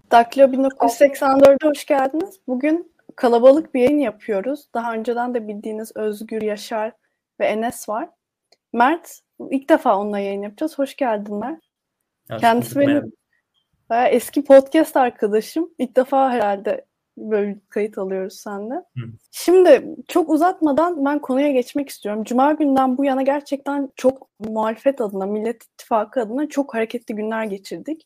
Daktilo 1984'e hoş geldiniz. Bugün kalabalık bir yayın yapıyoruz. Daha önceden de bildiğiniz Özgür, Yaşar ve Enes var. Mert, ilk defa onunla yayın yapacağız. Hoş geldin Mert. Kendisi benim bayağı eski podcast arkadaşım. İlk defa herhalde böyle bir kayıt alıyoruz seninle. Şimdi çok uzatmadan ben konuya geçmek istiyorum. Cuma günden bu yana gerçekten çok muhalefet adına, Millet İttifakı adına çok hareketli günler geçirdik.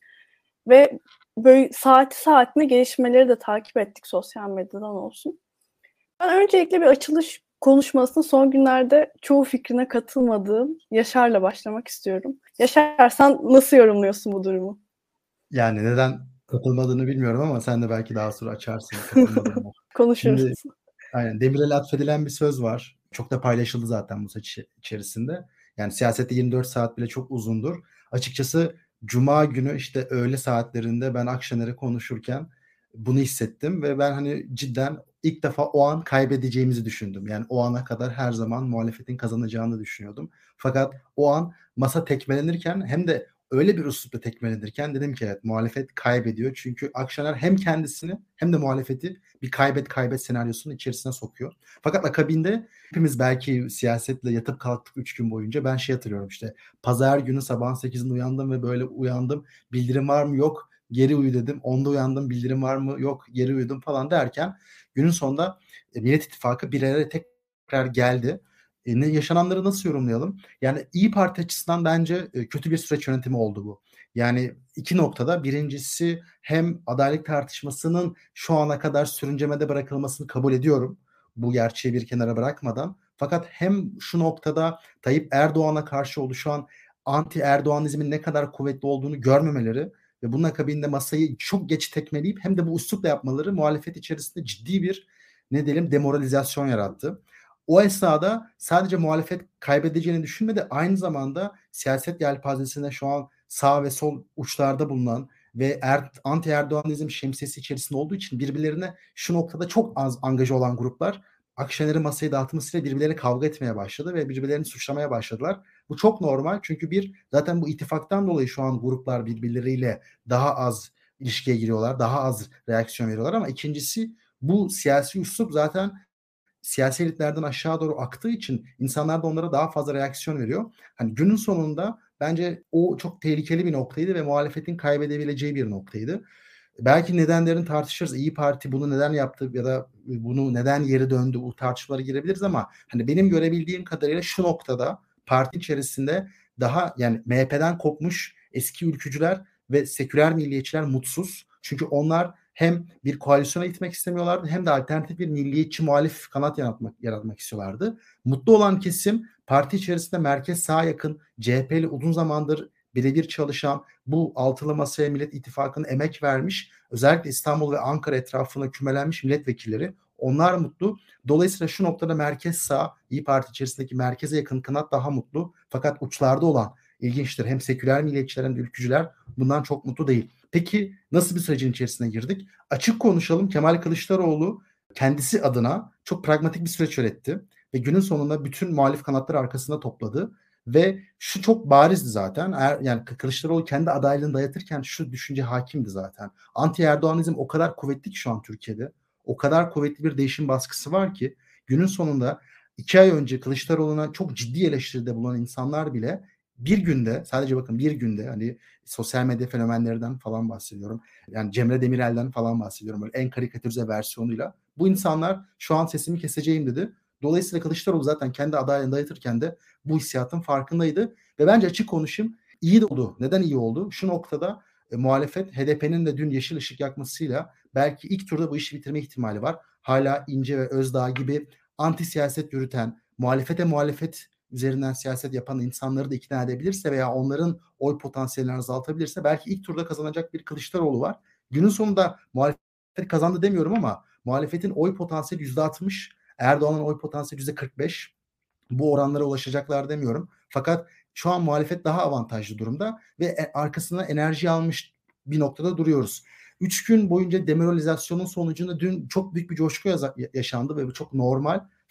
Ve böyle saatine gelişmeleri de takip ettik sosyal medyadan olsun. Ben öncelikle bir açılış konuşmasını son günlerde çoğu fikrine katılmadığım Yaşar'la başlamak istiyorum. Yaşar, sen nasıl yorumluyorsun bu durumu? Yani neden katılmadığını bilmiyorum ama sen de belki daha sonra açarsın. Konuşuruz. Şimdi aynen Demirel'e atfedilen bir söz var. Çok da paylaşıldı zaten bu saç içerisinde. Yani siyasette 24 saat bile çok uzundur. Açıkçası Cuma günü işte öğle saatlerinde ben Akşener'e konuşurken bunu hissettim ve ben hani cidden ilk defa o an kaybedeceğimizi düşündüm. Yani o ana kadar her zaman muhalefetin kazanacağını düşünüyordum. Fakat o an masa tekmelenirken hem de öyle bir üslupla tekmelenirken dedim ki evet muhalefet kaybediyor. Çünkü Akşener hem kendisini hem de muhalefeti bir kaybet senaryosunun içerisine sokuyor. Fakat akabinde hepimiz belki siyasetle yatıp kalktık 3 gün boyunca. Ben hatırlıyorum işte pazar günü sabahın 8'inde uyandım ve böyle uyandım. Bildirim var mı? Yok. Geri uyu dedim. 10'da uyandım. Bildirim var mı? Yok. Geri uyudum falan derken günün sonunda Millet İttifakı bir araya tekrar geldi. Yaşananları nasıl yorumlayalım? Yani İyi Parti açısından bence kötü bir süreç yönetimi oldu bu. Yani iki noktada birincisi hem adaylık tartışmasının şu ana kadar sürüncemede bırakılmasını kabul ediyorum. Bu gerçeği bir kenara bırakmadan. Fakat hem şu noktada Tayyip Erdoğan'a karşı oluşan anti Erdoğanizmin ne kadar kuvvetli olduğunu görmemeleri ve bunun akabinde masayı çok geç tekmeleyip hem de bu üslupla yapmaları muhalefet içerisinde ciddi bir ne diyelim demoralizasyon yarattı. O esnada sadece muhalefet kaybedeceğini düşünmedi. Aynı zamanda siyaset yelpazesinde şu an sağ ve sol uçlarda bulunan ve anti Erdoğanizm şemsiyesi içerisinde olduğu için birbirlerine şu noktada çok az angaja olan gruplar Akşener'in masayı dağıtmasıyla birbirleriyle kavga etmeye başladı ve birbirlerini suçlamaya başladılar. Bu çok normal çünkü zaten bu ittifaktan dolayı şu an gruplar birbirleriyle daha az ilişkiye giriyorlar, daha az reaksiyon veriyorlar ama ikincisi bu siyasi üslup zaten siyasi elitlerden aşağı doğru aktığı için insanlar da onlara daha fazla reaksiyon veriyor. Hani günün sonunda bence o çok tehlikeli bir noktaydı ve muhalefetin kaybedebileceği bir noktaydı. Belki nedenlerini tartışırız. İyi Parti bunu neden yaptı ya da bunu neden geri döndü bu tartışmalara girebiliriz ama hani benim görebildiğim kadarıyla şu noktada parti içerisinde daha yani MHP'den kopmuş eski ülkücüler ve seküler milliyetçiler mutsuz. Çünkü onlar hem bir koalisyona gitmek istemiyorlardı hem de alternatif bir milliyetçi muhalif kanat yaratmak istiyorlardı. Mutlu olan kesim parti içerisinde merkez sağa yakın CHP'li uzun zamandır birebir çalışan bu altılı masaya Millet İttifakı'na emek vermiş özellikle İstanbul ve Ankara etrafına kümelenmiş milletvekilleri onlar mutlu. Dolayısıyla şu noktada merkez sağ İyi Parti içerisindeki merkeze yakın kanat daha mutlu. Fakat uçlarda olan ilginçtir hem seküler milliyetçiler hem de ülkücüler bundan çok mutlu değil. Peki nasıl bir sürecin içerisine girdik? Açık konuşalım Kemal Kılıçdaroğlu kendisi adına çok pragmatik bir süreç yönetti ve günün sonunda bütün muhalif kanatları arkasında topladı ve şu çok barizdi zaten. Yani Kılıçdaroğlu kendi adaylığını dayatırken şu düşünce hakimdi zaten. Anti Erdoğanizm o kadar kuvvetli ki şu an Türkiye'de. O kadar kuvvetli bir değişim baskısı var ki günün sonunda 2 ay önce Kılıçdaroğlu'na çok ciddi eleştiride bulunan insanlar bile bir günde sadece bakın bir günde hani sosyal medya fenomenlerinden falan bahsediyorum. Yani Cemre Demirel'den falan bahsediyorum. Böyle en karikatürize versiyonuyla. Bu insanlar şu an sesimi keseceğim dedi. Dolayısıyla Kılıçdaroğlu zaten kendi adaylığını dayatırken de bu hissiyatın farkındaydı. Ve bence açık konuşayım iyi de oldu. Neden iyi oldu? Şu noktada muhalefet HDP'nin de dün yeşil ışık yakmasıyla belki ilk turda bu işi bitirme ihtimali var. Hala İnce ve Özdağ gibi anti siyaset yürüten, muhalefet üzerinden siyaset yapan insanları da ikna edebilirse veya onların oy potansiyelini azaltabilirse belki ilk turda kazanacak bir Kılıçdaroğlu var. Günün sonunda muhalefet kazandı demiyorum ama muhalefetin oy potansiyeli %60, Erdoğan'ın oy potansiyeli %45. Bu oranlara ulaşacaklar demiyorum. Fakat şu an muhalefet daha avantajlı durumda ve arkasına enerji almış bir noktada duruyoruz. 3 gün boyunca demoralizasyonun sonucunda dün çok büyük bir coşku yaşandı ve bu çok normal.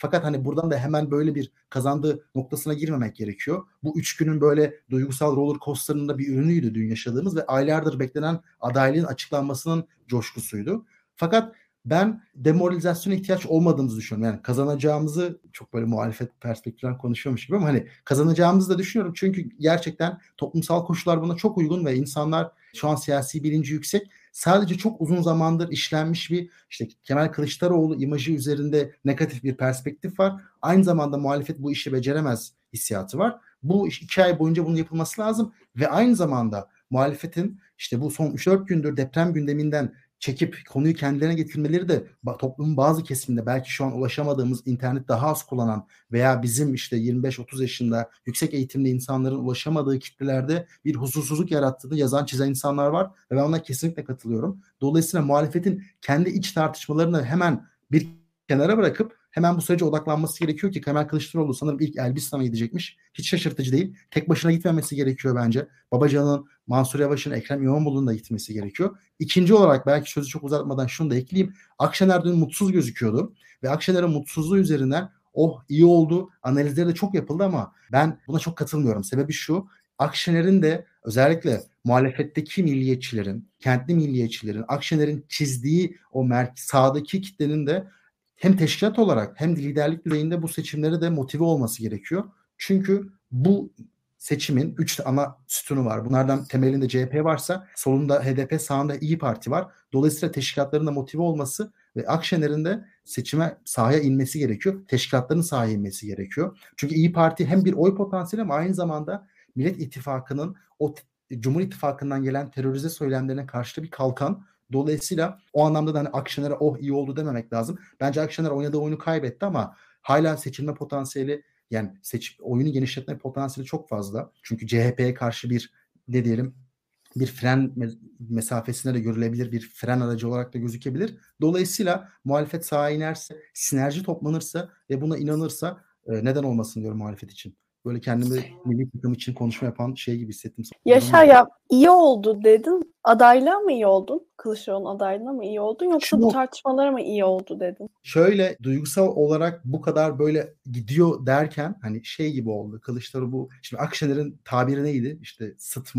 Fakat hani buradan da hemen böyle bir kazandığı noktasına girmemek gerekiyor. Bu 3 günün böyle duygusal roller coaster'ının da bir ürünüydü dün yaşadığımız ve aylardır beklenen adaylığın açıklanmasının coşkusuydu. Fakat ben demoralizasyona ihtiyaç olmadığımızı düşünüyorum. Yani kazanacağımızı, çok böyle muhalefet perspektifinden konuşuyormuş gibi ama hani kazanacağımızı da düşünüyorum. Çünkü gerçekten toplumsal koşullar buna çok uygun ve insanlar şu an siyasi bilinci yüksek. Sadece çok uzun zamandır işlenmiş bir işte Kemal Kılıçdaroğlu imajı üzerinde negatif bir perspektif var. Aynı zamanda muhalefet bu işi beceremez hissiyatı var. Bu 2 ay boyunca bunun yapılması lazım ve aynı zamanda muhalefetin işte bu son 3-4 gündür deprem gündeminden çekip konuyu kendilerine getirmeleri de toplumun bazı kesiminde belki şu an ulaşamadığımız, internet daha az kullanan veya bizim işte 25-30 yaşında yüksek eğitimli insanların ulaşamadığı kitlelerde bir huzursuzluk yarattığını yazan çizen insanlar var ve ben ona kesinlikle katılıyorum. Dolayısıyla muhalefetin kendi iç tartışmalarını hemen bir kenara bırakıp hemen bu sürece odaklanması gerekiyor ki Kemal Kılıçdaroğlu sanırım ilk Elbistan'a gidecekmiş. Hiç şaşırtıcı değil. Tek başına gitmemesi gerekiyor bence. Babacan'ın, Mansur Yavaş'ın, Ekrem İmamoğlu'nun da gitmesi gerekiyor. İkinci olarak belki sözü çok uzatmadan şunu da ekleyeyim. Akşener dün mutsuz gözüküyordu ve Akşener'in mutsuzluğu üzerinden oh iyi oldu analizleri de çok yapıldı ama ben buna çok katılmıyorum. Sebebi şu: Akşener'in de özellikle muhalefetteki milliyetçilerin, kentli milliyetçilerin, Akşener'in çizdiği o sağdaki kitlenin de hem teşkilat olarak hem de liderlik düzeyinde bu seçimlere de motive olması gerekiyor. Çünkü bu seçimin 3 ana sütunu var. Bunlardan temelinde CHP varsa solunda HDP, sağında İyi Parti var. Dolayısıyla teşkilatların da motive olması ve Akşener'in de seçime sahaya inmesi gerekiyor. Teşkilatların sahaya inmesi gerekiyor. Çünkü İyi Parti hem bir oy potansiyeli ama aynı zamanda Millet İttifakı'nın o Cumhur İttifakı'ndan gelen terörize söylemlerine karşı bir kalkan. Dolayısıyla o anlamda da hani Akşener'e oh iyi oldu dememek lazım. Bence Akşener oynadığı oyunu kaybetti ama hala seçilme potansiyeli, yani oyunu genişletme potansiyeli çok fazla. Çünkü CHP'ye karşı bir ne diyelim bir fren mesafesine de görülebilir, bir fren aracı olarak da gözükebilir. Dolayısıyla muhalefet sahaya inerse, sinerji toplanırsa ve buna inanırsa neden olmasın diyorum muhalefet için. Böyle kendimi milli takım için konuşma yapan şey gibi hissettim. Yaşar ya iyi oldu dedin. Adaylığa mı iyi oldun? Kılıçdaroğlu'nun adaylığına mı iyi oldun? Yoksa bu tartışmalara mı iyi oldu dedin? Şöyle duygusal olarak bu kadar böyle gidiyor derken hani şey gibi oldu. Kılıçdaroğlu bu. Şimdi Akşener'in tabiri neydi? İşte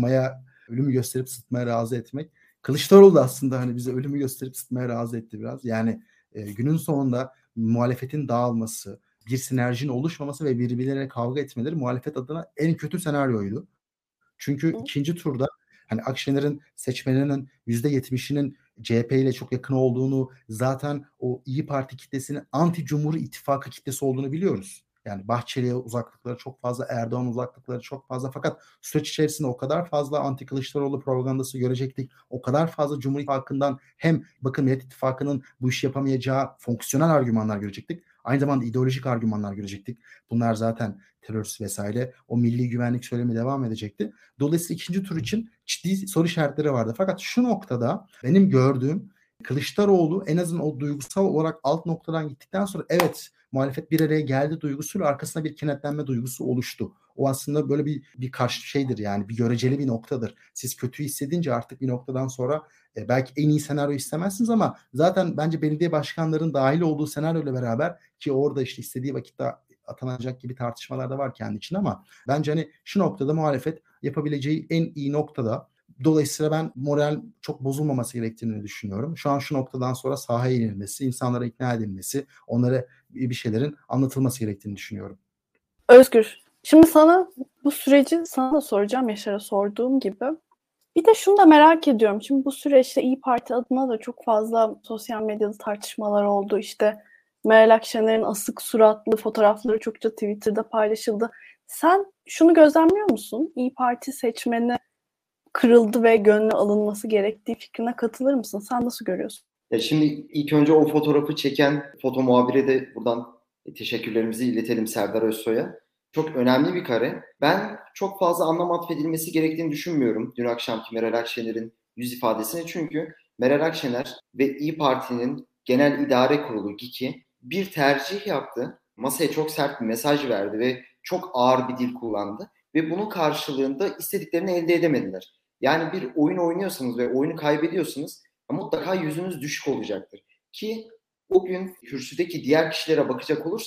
ölümü gösterip sıtmaya razı etmek. Kılıçdaroğlu da aslında hani bize ölümü gösterip sıtmaya razı etti biraz. Yani günün sonunda muhalefetin dağılması, bir sinerjinin oluşmaması ve birbirlerine kavga etmeleri muhalefet adına en kötü senaryoydu. Çünkü ikinci turda hani Akşener'in seçmeninin %70'inin CHP ile çok yakın olduğunu, zaten o İyi Parti kitlesinin anti Cumhur İttifakı kitlesi olduğunu biliyoruz. Yani Bahçeli'ye uzaklıkları çok fazla, Erdoğan uzaklıkları çok fazla. Fakat süreç içerisinde o kadar fazla anti Kılıçdaroğlu propagandası görecektik. O kadar fazla Cumhur İttifakı'ndan hem bakın Millet İttifakı'nın bu işi yapamayacağı fonksiyonel argümanlar görecektik. Aynı zamanda ideolojik argümanlar görecektik. Bunlar zaten terörist vesaire. O milli güvenlik söylemi devam edecekti. Dolayısıyla ikinci tur için ciddi soru işaretleri vardı. Fakat şu noktada benim gördüğüm Kılıçdaroğlu en azından o duygusal olarak alt noktadan gittikten sonra evet muhalefet bir araya geldi duygusuyla arkasında bir kenetlenme duygusu oluştu. O aslında böyle bir karşı şeydir, yani bir göreceli bir noktadır. Siz kötü hissedince artık bir noktadan sonra belki en iyi senaryo istemezsiniz ama zaten bence belediye başkanlarının dahil olduğu senaryoyla beraber ki orada işte istediği vakitte atanacak gibi tartışmalar da var kendi için ama bence hani şu noktada muhalefet yapabileceği en iyi noktada. Dolayısıyla ben moral çok bozulmaması gerektiğini düşünüyorum. Şu an şu noktadan sonra sahaya inilmesi, insanlara ikna edilmesi, onlara bir şeylerin anlatılması gerektiğini düşünüyorum. Özgür, şimdi bu süreci sana da soracağım, Yaşar'a sorduğum gibi. Bir de şunu da merak ediyorum. Şimdi bu süreçte İyi Parti adına da çok fazla sosyal medyada tartışmalar oldu. İşte Meral Akşener'in asık suratlı fotoğrafları çokça Twitter'da paylaşıldı. Sen şunu gözlemliyor musun? İyi Parti seçmeni kırıldı ve gönlü alınması gerektiği fikrine katılır mısın? Sen nasıl görüyorsun? Şimdi ilk önce o fotoğrafı çeken foto muhabire de buradan teşekkürlerimizi iletelim Serdar Özsoy'a. Çok önemli bir kare. Ben çok fazla anlam atfedilmesi gerektiğini düşünmüyorum dün akşamki Meral Akşener'in yüz ifadesine. Çünkü Meral Akşener ve İyi Parti'nin Genel İdare Kurulu GİK'i bir tercih yaptı. Masaya çok sert bir mesaj verdi ve çok ağır bir dil kullandı. Ve bunun karşılığında istediklerini elde edemediler. Yani bir oyun oynuyorsanız ve oyunu kaybediyorsanız mutlaka yüzünüz düşük olacaktır. Ki o gün kürsüdeki diğer kişilere bakacak olursak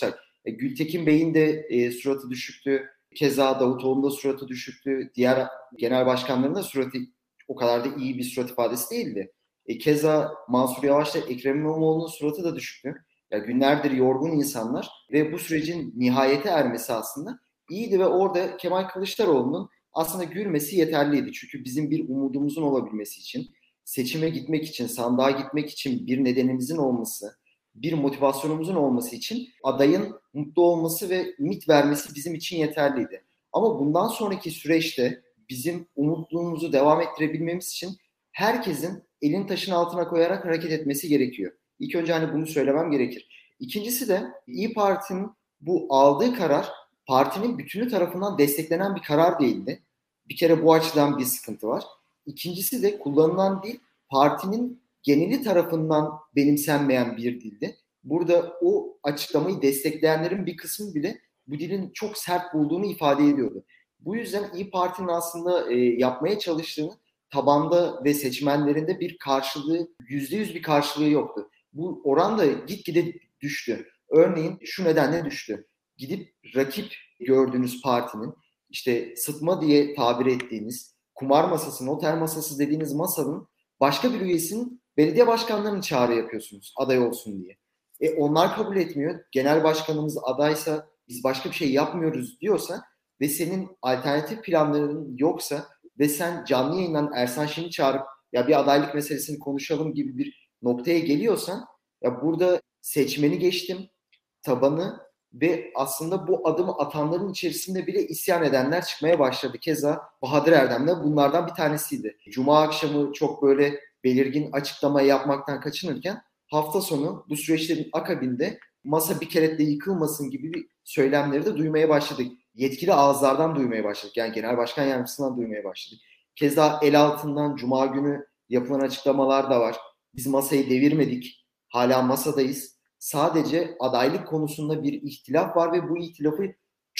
Gültekin Bey'in de suratı düşüktü. Keza Davutoğlu'nun da suratı düşüktü. Diğer genel başkanların da suratı o kadar da iyi bir surat ifadesi değildi. Keza Mansur Yavaş'la Ekrem İmamoğlu'nun suratı da düşüktü. Ya günlerdir yorgun insanlar ve bu sürecin nihayete ermesi aslında iyiydi ve orada Kemal Kılıçdaroğlu'nun aslında gülmesi yeterliydi. Çünkü bizim bir umudumuzun olabilmesi için, seçime gitmek için, sandığa gitmek için bir nedenimizin olması, bir motivasyonumuzun olması için adayın mutlu olması ve ümit vermesi bizim için yeterliydi. Ama bundan sonraki süreçte bizim umutluğumuzu devam ettirebilmemiz için herkesin elin taşın altına koyarak hareket etmesi gerekiyor. İlk önce hani bunu söylemem gerekir. İkincisi de İYİ Parti'nin bu aldığı karar partinin bütünü tarafından desteklenen bir karar değildi. Bir kere bu açıdan bir sıkıntı var. İkincisi de kullanılan dil partinin geneli tarafından benimsenmeyen bir dildi. Burada o açıklamayı destekleyenlerin bir kısmı bile bu dilin çok sert bulduğunu ifade ediyordu. Bu yüzden İYİ Parti'nin aslında yapmaya çalıştığını tabanda ve seçmenlerinde bir karşılığı, %100 bir karşılığı yoktu. Bu oran da gitgide düştü. Örneğin şu nedenle düştü. Gidip rakip gördüğünüz partinin işte sıtma diye tabir ettiğiniz kumar masası, noter masası dediğiniz masanın başka bir üyesinin belediye başkanlarının çağrı yapıyorsunuz aday olsun diye. Onlar kabul etmiyor. Genel başkanımız adaysa biz başka bir şey yapmıyoruz diyorsa ve senin alternatif planların yoksa ve sen canlı yayından Ersan Şen'i çağırıp ya bir adaylık meselesini konuşalım gibi bir noktaya geliyorsan ya burada seçmeni geçtim, tabanı ve aslında bu adımı atanların içerisinde bile isyan edenler çıkmaya başladı. Keza Bahadır Erdem de bunlardan bir tanesiydi. Cuma akşamı çok böyle belirgin açıklama yapmaktan kaçınırken hafta sonu bu süreçlerin akabinde masa bir kere de yıkılmasın gibi bir söylemleri de duymaya başladık. Yetkili ağızlardan duymaya başladık. Yani genel başkan yardımcısından duymaya başladık. Keza el altından Cuma günü yapılan açıklamalar da var. Biz masayı devirmedik. Hala masadayız. Sadece adaylık konusunda bir ihtilaf var ve bu ihtilafı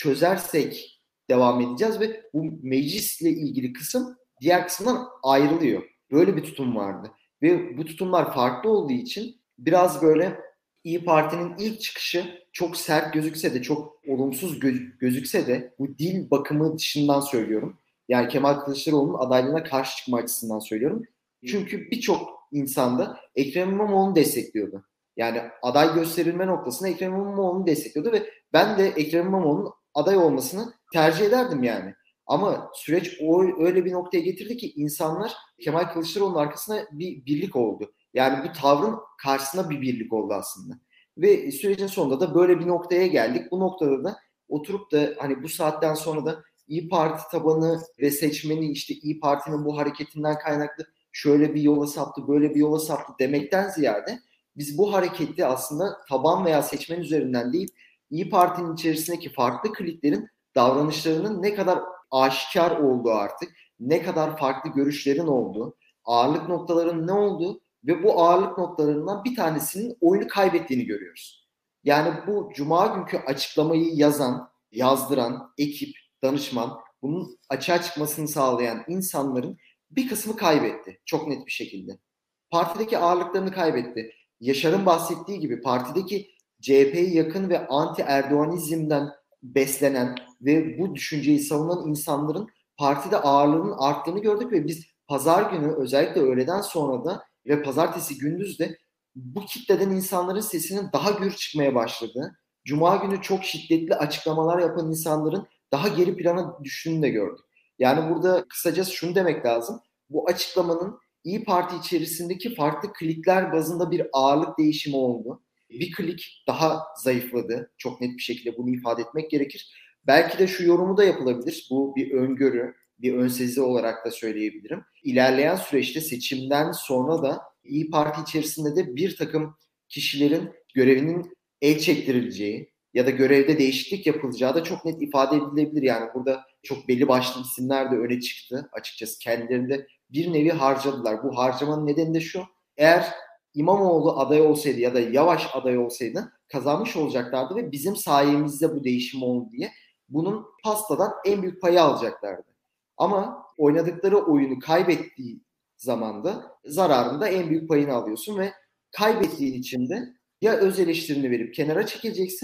çözersek devam edeceğiz ve bu meclisle ilgili kısım diğer kısımdan ayrılıyor. Böyle bir tutum vardı. Ve bu tutumlar farklı olduğu için biraz böyle İYİ Parti'nin ilk çıkışı çok sert gözükse de, çok olumsuz gözükse de bu dil bakımı dışından söylüyorum. Yani Kemal Kılıçdaroğlu'nun adaylığına karşı çıkma açısından söylüyorum. Çünkü birçok insanda Ekrem İmamoğlu'nu destekliyordu. Yani aday gösterilme noktasında Ekrem İmamoğlu'nu destekliyordu ve ben de Ekrem İmamoğlu'nun aday olmasını tercih ederdim yani. Ama süreç öyle bir noktaya getirdi ki insanlar Kemal Kılıçdaroğlu'nun arkasına bir birlik oldu. Yani bir tavrın karşısına bir birlik oldu aslında. Ve sürecin sonunda da böyle bir noktaya geldik. Bu noktada da oturup da hani bu saatten sonra da İYİ Parti tabanı ve seçmeni işte İYİ Parti'nin bu hareketinden kaynaklı şöyle bir yola saptı, böyle bir yola saptı demekten ziyade biz bu hareketi aslında taban veya seçmen üzerinden değil, İYİ Parti'nin içerisindeki farklı kliklerin davranışlarının ne kadar aşikar olduğu artık, ne kadar farklı görüşlerin olduğu, ağırlık noktaların ne olduğu ve bu ağırlık noktalarından bir tanesinin oyunu kaybettiğini görüyoruz. Yani bu Cuma günkü açıklamayı yazdıran ekip, danışman, bunun açığa çıkmasını sağlayan insanların bir kısmı kaybetti. Çok net bir şekilde. Partideki ağırlıklarını kaybetti. Yaşar'ın bahsettiği gibi partideki CHP'ye yakın ve anti-Erdoğanizmden beslenen ve bu düşünceyi savunan insanların partide ağırlığının arttığını gördük ve biz pazar günü özellikle öğleden sonra da ve pazartesi gündüz de bu kitleden insanların sesinin daha gür çıkmaya başladığı, Cuma günü çok şiddetli açıklamalar yapan insanların daha geri plana düştüğünü de gördük. Yani burada kısacası şunu demek lazım. Bu açıklamanın İYİ Parti içerisindeki farklı klikler bazında bir ağırlık değişimi oldu. Bir klik daha zayıfladı. Çok net bir şekilde bunu ifade etmek gerekir. Belki de şu yorumu da yapılabilir. Bu bir öngörü, bir önsezi olarak da söyleyebilirim. İlerleyen süreçte seçimden sonra da İYİ Parti içerisinde de bir takım kişilerin görevinin el çektirileceği ya da görevde değişiklik yapılacağı da çok net ifade edilebilir. Yani burada çok belli başlı isimler de öne çıktı. Açıkçası kendilerinde bir nevi harcadılar. Bu harcamanın nedeni de şu. Eğer İmamoğlu aday olsaydı ya da Yavaş aday olsaydı kazanmış olacaklardı ve bizim sayemizde bu değişim oldu diye bunun pastadan en büyük payı alacaklardı. Ama oynadıkları oyunu kaybettiği zamanda zararında en büyük payını alıyorsun ve kaybettiğin için de ya öz eleştirini verip kenara çekeceksin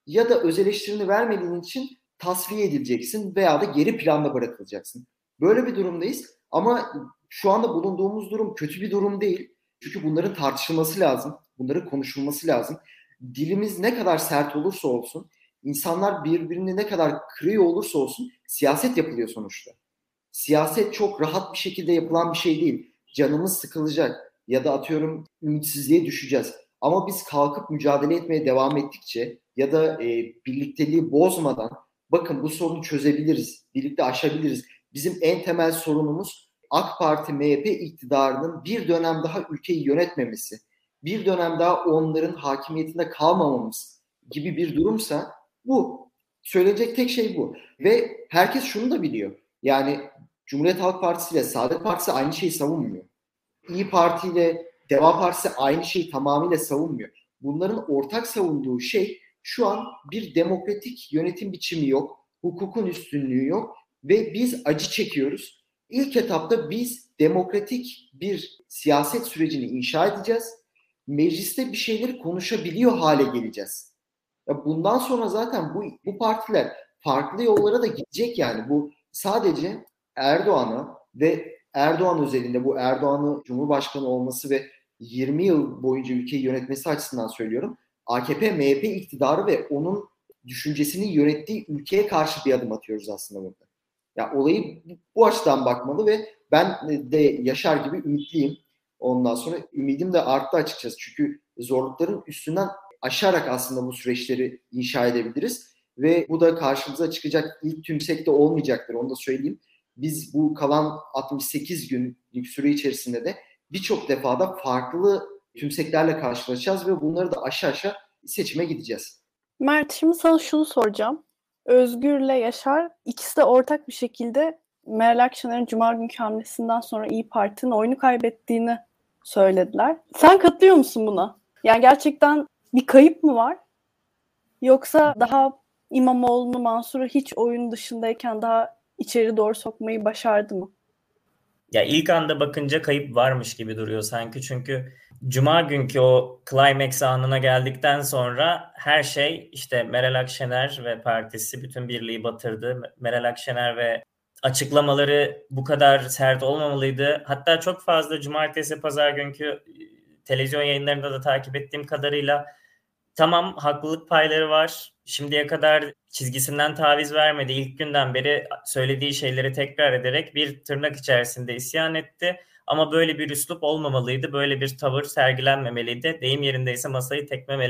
ya da öz eleştirini vermediğin için tasfiye edileceksin veya da geri planda bırakılacaksın. Böyle bir durumdayız ama şu anda bulunduğumuz durum kötü bir durum değil. Çünkü bunların tartışılması lazım. Bunların konuşulması lazım. Dilimiz ne kadar sert olursa olsun, insanlar birbirini ne kadar kırıyor olursa olsun siyaset yapılıyor sonuçta. Siyaset çok rahat bir şekilde yapılan bir şey değil. Canımız sıkılacak ya da atıyorum ümitsizliğe düşeceğiz. Ama biz kalkıp mücadele etmeye devam ettikçe ya da birlikteliği bozmadan bakın bu sorunu çözebiliriz, birlikte aşabiliriz. Bizim en temel sorunumuz AK Parti MHP iktidarının bir dönem daha ülkeyi yönetmemesi, bir dönem daha onların hakimiyetinde kalmamamız gibi bir durumsa bu. Söyleyecek tek şey bu. Ve herkes şunu da biliyor. Yani Cumhuriyet Halk Partisi ile Saadet Partisi aynı şeyi savunmuyor. İyi Parti ile Deva Partisi aynı şeyi tamamıyla savunmuyor. Bunların ortak savunduğu şey şu an bir demokratik yönetim biçimi yok, hukukun üstünlüğü yok ve biz acı çekiyoruz. İlk etapta biz demokratik bir siyaset sürecini inşa edeceğiz. Mecliste bir şeyleri konuşabiliyor hale geleceğiz. Ya bundan sonra zaten bu partiler farklı yollara da gidecek yani. Bu sadece Erdoğan'a ve Erdoğan özelinde bu Erdoğan'ın Cumhurbaşkanı olması ve 20 yıl boyunca ülkeyi yönetmesi açısından söylüyorum. AKP, MHP iktidarı ve onun düşüncesini yönettiği ülkeye karşı bir adım atıyoruz aslında burada. Ya olayı bu açıdan bakmalı ve ben de Yaşar gibi ümitliyim. Ondan sonra ümidim de arttı açıkçası. Çünkü zorlukların üstünden aşarak aslında bu süreçleri inşa edebiliriz. Ve bu da karşımıza çıkacak ilk tümsek de olmayacaktır. Onu da söyleyeyim. Biz bu kalan 68 günlük süre içerisinde de birçok defada farklı tümseklerle karşılaşacağız ve bunları da aşağı seçime gideceğiz. Mert, şimdi sana şunu soracağım. Özgür'le Yaşar ikisi de ortak bir şekilde Meral Akşener'in Cuma günkü hamlesinden sonra İYİ Parti'nin oyunu kaybettiğini söylediler. Sen katılıyor musun buna? Yani gerçekten bir kayıp mı var? Yoksa daha İmamoğlu'nu, Mansur'u hiç oyun dışındayken daha içeri doğru sokmayı başardı mı? Ya ilk anda bakınca kayıp varmış gibi duruyor sanki. Çünkü Cuma günkü o climax anına geldikten sonra her şey işte Meral Akşener ve partisi bütün birliği batırdı. Meral Akşener ve açıklamaları bu kadar sert olmamalıydı. Hatta çok fazla cumartesi, pazar günkü televizyon yayınlarında da takip ettiğim kadarıyla tamam haklılık payları var. Şimdiye kadar çizgisinden taviz vermedi. İlk günden beri söylediği şeyleri tekrar ederek bir tırnak içerisinde isyan etti. Ama böyle bir üslup olmamalıydı. Böyle bir tavır sergilenmemeliydi. Deyim yerindeyse masayı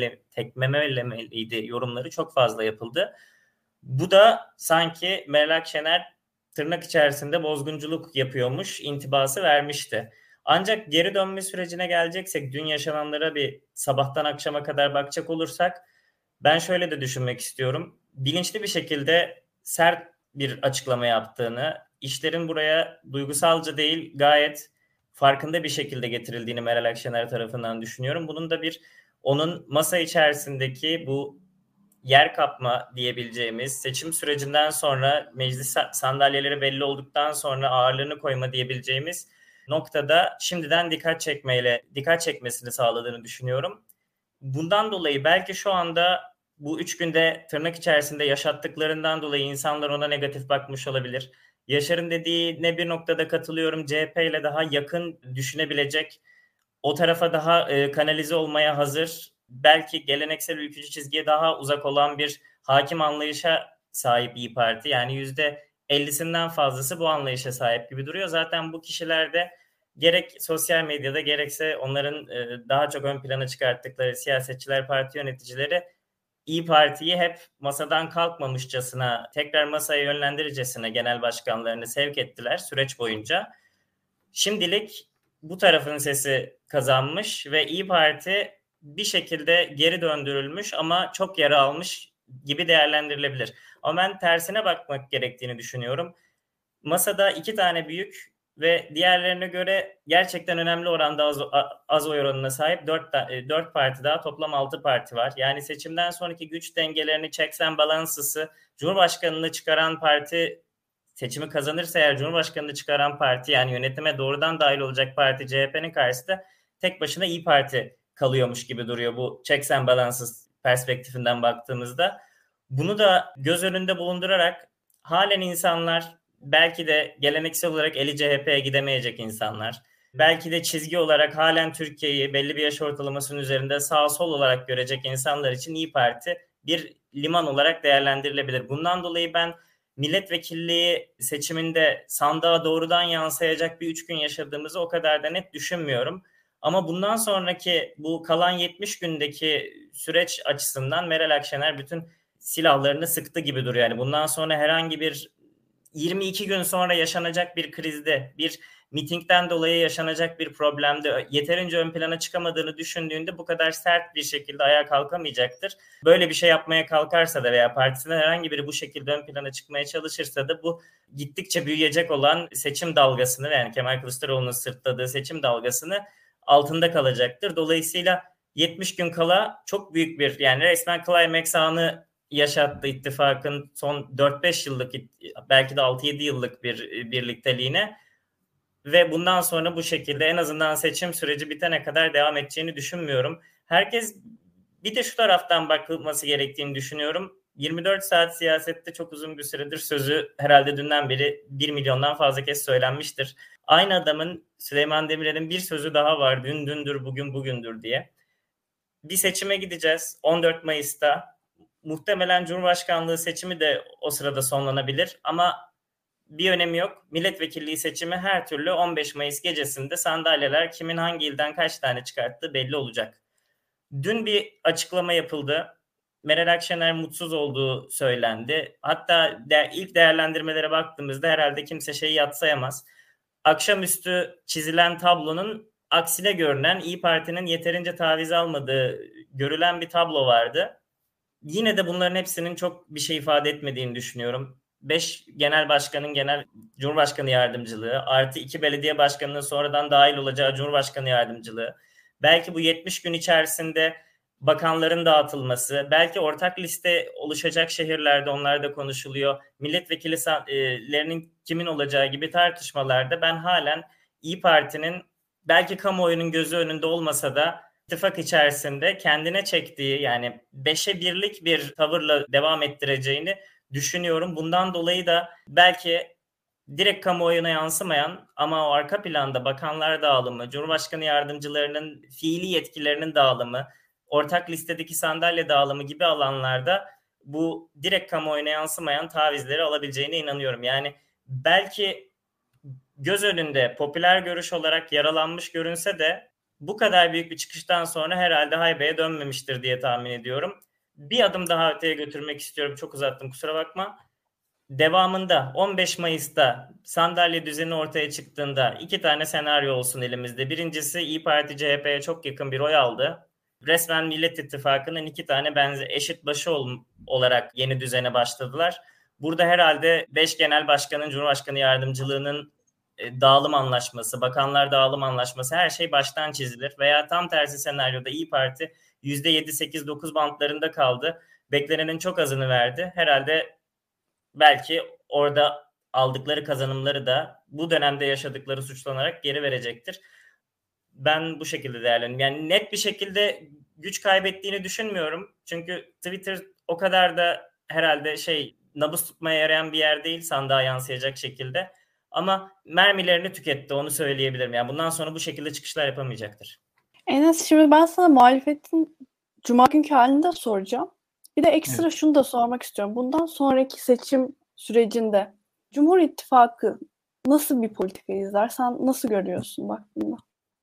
tekmemelemeliydi yorumları çok fazla yapıldı. Bu da sanki Meral Akşener tırnak içerisinde bozgunculuk yapıyormuş intibası vermişti. Ancak geri dönme sürecine geleceksek, dün yaşananlara bir sabahtan akşama kadar bakacak olursak ben şöyle de düşünmek istiyorum. Bilinçli bir şekilde sert bir açıklama yaptığını, işlerin buraya duygusalca değil gayet farkında bir şekilde getirildiğini Meral Akşener tarafından düşünüyorum. Bunun da onun masa içerisindeki bu yer kapma diyebileceğimiz seçim sürecinden sonra meclis sandalyeleri belli olduktan sonra ağırlığını koyma diyebileceğimiz noktada şimdiden dikkat çekmesini sağladığını düşünüyorum. Bundan dolayı belki şu anda bu 3 günde tırnak içerisinde yaşattıklarından dolayı insanlar ona negatif bakmış olabilir. Yaşar'ın dediğine bir noktada katılıyorum. CHP ile daha yakın düşünebilecek, o tarafa daha kanalize olmaya hazır, belki geleneksel ülkücü çizgiye daha uzak olan bir hakim anlayışa sahip İYİ Parti. Yani %50'sinden fazlası bu anlayışa sahip gibi duruyor. Zaten bu kişiler de gerek sosyal medyada gerekse onların daha çok ön plana çıkarttıkları siyasetçiler, parti yöneticileri İYİ Parti'yi hep masadan kalkmamışçasına, tekrar masaya yönlendiricesine genel başkanlarını sevk ettiler süreç boyunca. Şimdilik bu tarafın sesi kazanmış ve İYİ Parti bir şekilde geri döndürülmüş ama çok yara almış gibi değerlendirilebilir. Ama ben tersine bakmak gerektiğini düşünüyorum. Masada 2 tane büyük ve diğerlerine göre gerçekten önemli oranda az oy oranına sahip 4 parti daha, toplam 6 parti var. Yani seçimden sonraki güç dengelerini, checks and balances'ı, Cumhurbaşkanını çıkaran parti, seçimi kazanırsa eğer Cumhurbaşkanını çıkaran parti, yani yönetime doğrudan dahil olacak parti CHP'nin karşısında tek başına İYİ Parti kalıyormuş gibi duruyor bu checks and balances perspektifinden baktığımızda. Bunu da göz önünde bulundurarak halen insanlar, belki de geleneksel olarak eli CHP'ye gidemeyecek insanlar, belki de çizgi olarak halen Türkiye'yi belli bir yaş ortalamasının üzerinde sağ sol olarak görecek insanlar için İYİ Parti bir liman olarak değerlendirilebilir. Bundan dolayı ben milletvekilliği seçiminde sandığa doğrudan yansıyacak bir 3 gün yaşadığımızı o kadar da net düşünmüyorum. Ama bundan sonraki bu kalan 70 gündeki süreç açısından Meral Akşener bütün silahlarını sıktı gibi duruyor. Yani bundan sonra herhangi bir 22 gün sonra yaşanacak bir krizde, bir mitingden dolayı yaşanacak bir problemde yeterince ön plana çıkamadığını düşündüğünde bu kadar sert bir şekilde ayağa kalkamayacaktır. Böyle bir şey yapmaya kalkarsa da veya partisinden herhangi biri bu şekilde ön plana çıkmaya çalışırsa da bu gittikçe büyüyecek olan seçim dalgasını, yani Kemal Kılıçdaroğlu'nun sırtladığı seçim dalgasını altında kalacaktır. Dolayısıyla 70 gün kala çok büyük bir, yani resmen climax anı yaşattı ittifakın son 4-5 yıllık, belki de 6-7 yıllık bir birlikteliğine ve bundan sonra bu şekilde en azından seçim süreci bitene kadar devam edeceğini düşünmüyorum. Herkes, bir de şu taraftan bakılması gerektiğini düşünüyorum. 24 saat siyasette çok uzun bir süredir sözü herhalde dünden beri 1 milyondan fazla kez söylenmiştir. Aynı adamın, Süleyman Demirel'in bir sözü daha var, dün dündür, bugün bugündür diye. Bir seçime gideceğiz 14 Mayıs'ta. Muhtemelen Cumhurbaşkanlığı seçimi de o sırada sonlanabilir ama bir önemi yok. Milletvekilliği seçimi her türlü 15 Mayıs gecesinde sandalyeler kimin hangi ilden kaç tane çıkarttığı belli olacak. Dün bir açıklama yapıldı. Meral Akşener mutsuz olduğu söylendi. Hatta ilk değerlendirmelere baktığımızda herhalde kimse şeyi yadsıyamaz. Akşamüstü çizilen tablonun aksine görünen, İYİ Parti'nin yeterince taviz almadığı görülen bir tablo vardı. Yine de bunların hepsinin çok bir şey ifade etmediğini düşünüyorum. 5 genel başkanın genel Cumhurbaşkanı yardımcılığı, artı 2 belediye başkanının sonradan dahil olacağı Cumhurbaşkanı yardımcılığı, belki bu 70 gün içerisinde bakanların dağıtılması, belki ortak liste oluşacak şehirlerde, onlar da konuşuluyor, milletvekillerinin kimin olacağı gibi tartışmalarda ben halen İYİ Parti'nin belki kamuoyunun gözü önünde olmasa da ittifak içerisinde kendine çektiği, yani 5'e 1'lik bir tavırla devam ettireceğini düşünüyorum. Bundan dolayı da belki direkt kamuoyuna yansımayan ama o arka planda bakanlar dağılımı, Cumhurbaşkanı yardımcılarının fiili yetkilerinin dağılımı, ortak listedeki sandalye dağılımı gibi alanlarda bu direkt kamuoyuna yansımayan tavizleri alabileceğine inanıyorum. Yani belki göz önünde popüler görüş olarak yaralanmış görünse de bu kadar büyük bir çıkıştan sonra herhalde haybeye dönmemiştir diye tahmin ediyorum. Bir adım daha öteye götürmek istiyorum. Çok uzattım, kusura bakma. Devamında 15 Mayıs'ta sandalye düzeni ortaya çıktığında 2 tane senaryo olsun elimizde. Birincisi, İYİ Parti CHP'ye çok yakın bir oy aldı. Resmen Millet İttifakı'nın 2 tane eşit başı olarak yeni düzene başladılar. Burada herhalde 5 genel başkanın Cumhurbaşkanı yardımcılığının dağılım anlaşması, bakanlar dağılım anlaşması, her şey baştan çizilir. Veya tam tersi senaryoda İYİ Parti %7-8-9 bantlarında kaldı. Beklenenin çok azını verdi. Herhalde belki orada aldıkları kazanımları da bu dönemde yaşadıkları suçlanarak geri verecektir. Ben bu şekilde değerlendiriyorum. Yani net bir şekilde güç kaybettiğini düşünmüyorum. Çünkü Twitter o kadar da herhalde nabız tutmaya yarayan bir yer değil sandığa yansıyacak şekilde. Ama mermilerini tüketti, onu söyleyebilirim. Yani bundan sonra bu şekilde çıkışlar yapamayacaktır. Enes, şimdi ben sana muhalefetin Cuma günkü halini de soracağım. Bir de ekstra şunu da sormak istiyorum. Bundan sonraki seçim sürecinde Cumhur İttifakı nasıl bir politika izler? Sen nasıl görüyorsun baktığında?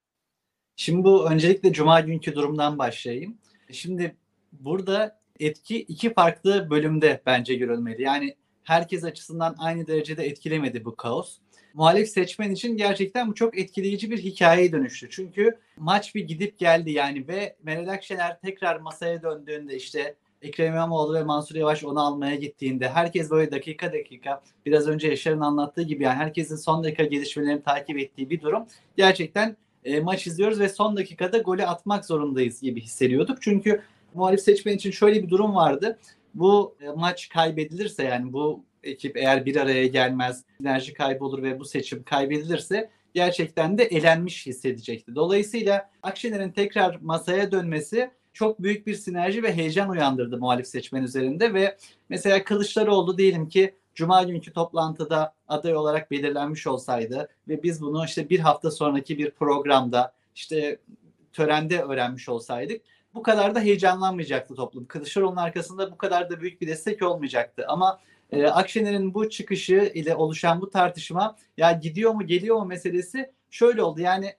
Şimdi bu öncelikle Cuma günkü durumdan başlayayım. Şimdi burada etki 2 farklı bölümde bence görülmeli. Yani herkes açısından aynı derecede etkilemedi bu kaos. Muhalif seçmen için gerçekten bu çok etkileyici bir hikayeye dönüştü. Çünkü maç bir gidip geldi yani ve Meral Akşener tekrar masaya döndüğünde, işte Ekrem İmamoğlu ve Mansur Yavaş onu almaya gittiğinde herkes böyle dakika dakika, biraz önce Yaşar'ın anlattığı gibi, yani herkesin son dakika gelişmelerini takip ettiği bir durum. Gerçekten maç izliyoruz ve son dakikada golü atmak zorundayız gibi hissediyorduk. Çünkü muhalif seçmen için şöyle bir durum vardı. Bu maç kaybedilirse, yani bu ekip eğer bir araya gelmez, enerji kaybolur ve bu seçim kaybedilirse gerçekten de elenmiş hissedecekti. Dolayısıyla Akşener'in tekrar masaya dönmesi çok büyük bir sinerji ve heyecan uyandırdı muhalif seçmen üzerinde ve mesela Kılıçdaroğlu diyelim ki Cuma günkü toplantıda aday olarak belirlenmiş olsaydı ve biz bunu işte bir hafta sonraki bir programda işte törende öğrenmiş olsaydık bu kadar da heyecanlanmayacaktı toplum. Kılıçdaroğlu'nun arkasında bu kadar da büyük bir destek olmayacaktı. Ama Akşener'in bu çıkışı ile oluşan bu tartışma ya gidiyor mu geliyor mu meselesi şöyle oldu. Yani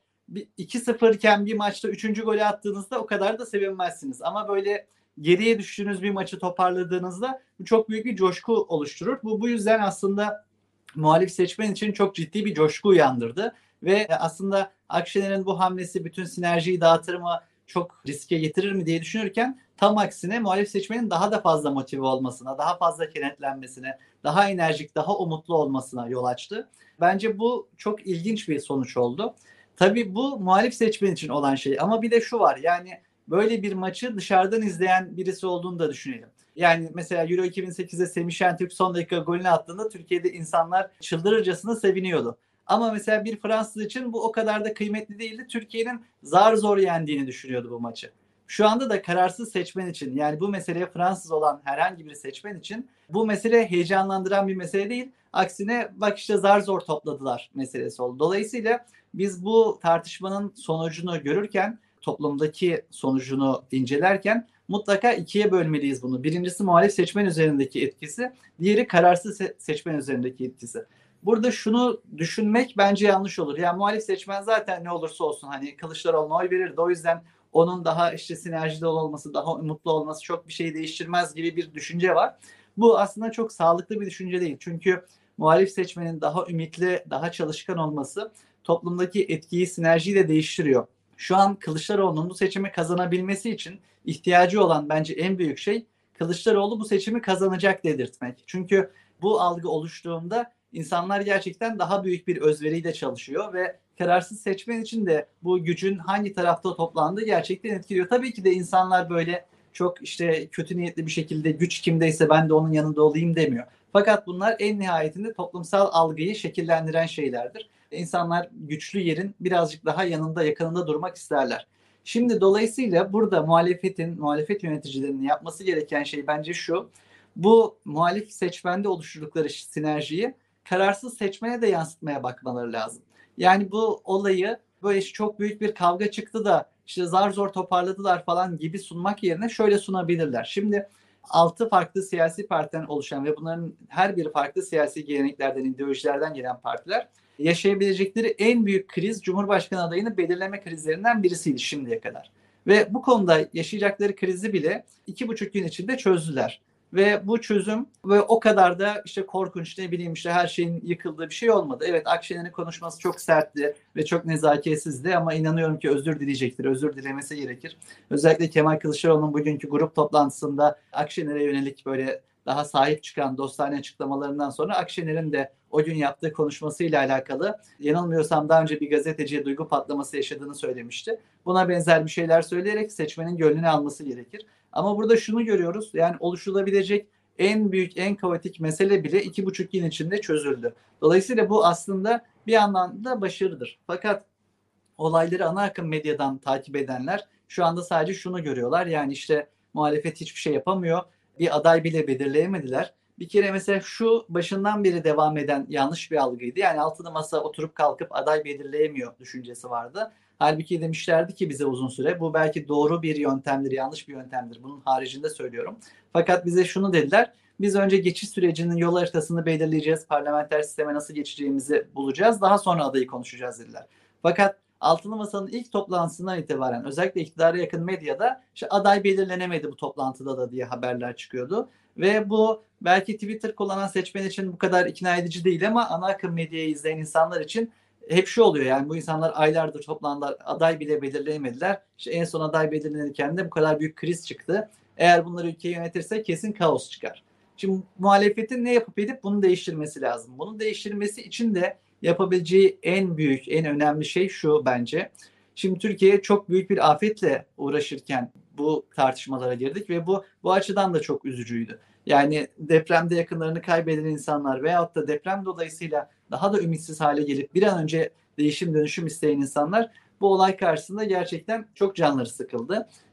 2-0 iken bir maçta 3. golü attığınızda o kadar da sevinmezsiniz. Ama böyle geriye düştüğünüz bir maçı toparladığınızda bu çok büyük bir coşku oluşturur. Bu yüzden aslında muhalif seçmen için çok ciddi bir coşku uyandırdı. Ve aslında Akşener'in bu hamlesi bütün sinerjiyi dağıtır mı, çok riske getirir mi diye düşünürken tam aksine muhalif seçmenin daha da fazla motive olmasına, daha fazla kenetlenmesine, daha enerjik, daha umutlu olmasına yol açtı. Bence bu çok ilginç bir sonuç oldu. Tabii bu muhalif seçmen için olan şey ama bir de şu var yani böyle bir maçı dışarıdan izleyen birisi olduğunu da düşünelim. Yani mesela Euro 2008'de Semih Şentürk son dakika golünü attığında Türkiye'de insanlar çıldırırcasına seviniyordu. Ama mesela bir Fransız için bu o kadar da kıymetli değildi. Türkiye'nin zar zor yendiğini düşünüyordu bu maçı. Şu anda da kararsız seçmen için yani bu meseleye Fransız olan herhangi bir seçmen için bu mesele heyecanlandıran bir mesele değil. Aksine bak işte zar zor topladılar meselesi oldu. Dolayısıyla biz bu tartışmanın sonucunu görürken, toplumdaki sonucunu incelerken mutlaka ikiye bölmeliyiz bunu. Birincisi muhalif seçmen üzerindeki etkisi, diğeri kararsız seçmen üzerindeki etkisi. Burada şunu düşünmek bence yanlış olur. Yani muhalif seçmen zaten ne olursa olsun hani Kılıçdaroğlu'na oy verirdi. O yüzden onun daha işte sinerjide olması, daha umutlu olması çok bir şey değiştirmez gibi bir düşünce var. Bu aslında çok sağlıklı bir düşünce değil. Çünkü muhalif seçmenin daha ümitli, daha çalışkan olması toplumdaki etkiyi, sinerjiyi de değiştiriyor. Şu an Kılıçdaroğlu'nun bu seçimi kazanabilmesi için ihtiyacı olan bence en büyük şey Kılıçdaroğlu bu seçimi kazanacak dedirtmek. Çünkü bu algı oluştuğunda insanlar gerçekten daha büyük bir özveriyle çalışıyor ve kararsız seçmen için de bu gücün hangi tarafta toplandığı gerçekten etkiliyor. Tabii ki de insanlar böyle çok işte kötü niyetli bir şekilde güç kimdeyse ben de onun yanında olayım demiyor. Fakat bunlar en nihayetinde toplumsal algıyı şekillendiren şeylerdir. İnsanlar güçlü yerin birazcık daha yanında, yakınında durmak isterler. Şimdi dolayısıyla burada muhalefet yöneticilerinin yapması gereken şey bence şu. Bu muhalif seçmende oluşturdukları sinerjiyi kararsız seçmene de yansıtmaya bakmaları lazım. Yani bu olayı böyle çok büyük bir kavga çıktı da işte zar zor toparladılar falan gibi sunmak yerine şöyle sunabilirler. Şimdi 6 farklı siyasi partiden oluşan ve bunların her biri farklı siyasi geleneklerden, ideolojilerden gelen partiler yaşayabilecekleri en büyük kriz Cumhurbaşkanı adayını belirleme krizlerinden birisiydi şimdiye kadar. Ve bu konuda yaşayacakları krizi bile 2,5 gün içinde çözdüler. Ve bu çözüm ve o kadar da işte korkunç ne bileyim işte her şeyin yıkıldığı bir şey olmadı. Evet Akşener'in konuşması çok sertti ve çok nezaketsizdi ama inanıyorum ki özür dileyecektir. Özür dilemesi gerekir. Özellikle Kemal Kılıçdaroğlu'nun bugünkü grup toplantısında Akşener'e yönelik böyle daha sahip çıkan dostane açıklamalarından sonra Akşener'in de o gün yaptığı konuşmasıyla alakalı yanılmıyorsam daha önce bir gazeteciye duygu patlaması yaşadığını söylemişti. Buna benzer bir şeyler söyleyerek seçmenin gönlünü alması gerekir. Ama burada şunu görüyoruz. Yani oluşulabilecek en büyük, en kaotik mesele bile 2,5 yıl içinde çözüldü. Dolayısıyla bu aslında bir anlamda başarıdır. Fakat olayları ana akım medyadan takip edenler şu anda sadece şunu görüyorlar. Yani işte muhalefet hiçbir şey yapamıyor. Bir aday bile belirleyemediler. Bir kere mesela şu başından beri devam eden yanlış bir algıydı. Yani altılı masa oturup kalkıp aday belirleyemiyor düşüncesi vardı. Halbuki demişlerdi ki bize uzun süre bu belki doğru bir yöntemdir, yanlış bir yöntemdir. Bunun haricinde söylüyorum. Fakat bize şunu dediler. Biz önce geçiş sürecinin yol haritasını belirleyeceğiz. Parlamenter sisteme nasıl geçeceğimizi bulacağız. Daha sonra adayı konuşacağız dediler. Fakat Altılı Masa'nın ilk toplantısından itibaren özellikle iktidara yakın medyada işte aday belirlenemedi bu toplantıda da diye haberler çıkıyordu. Ve bu belki Twitter kullanan seçmen için bu kadar ikna edici değil ama ana akım medyayı izleyen insanlar için hep şu oluyor yani bu insanlar aylardır toplandılar aday bile belirleyemediler. İşte en son aday belirlenirken de bu kadar büyük kriz çıktı. Eğer bunları ülkeyi yönetirse kesin kaos çıkar. Şimdi muhalefetin ne yapıp edip bunu değiştirmesi lazım. Bunu değiştirmesi için de yapabileceği en büyük, en önemli şey şu bence. Şimdi Türkiye çok büyük bir afetle uğraşırken bu tartışmalara girdik ve bu açıdan da çok üzücüydü. Yani depremde yakınlarını kaybeden insanlar veyahut da deprem dolayısıyla daha da ümitsiz hale gelip bir an önce değişim dönüşüm isteyen insanlar bu olay karşısında gerçekten çok canları sıkıldı.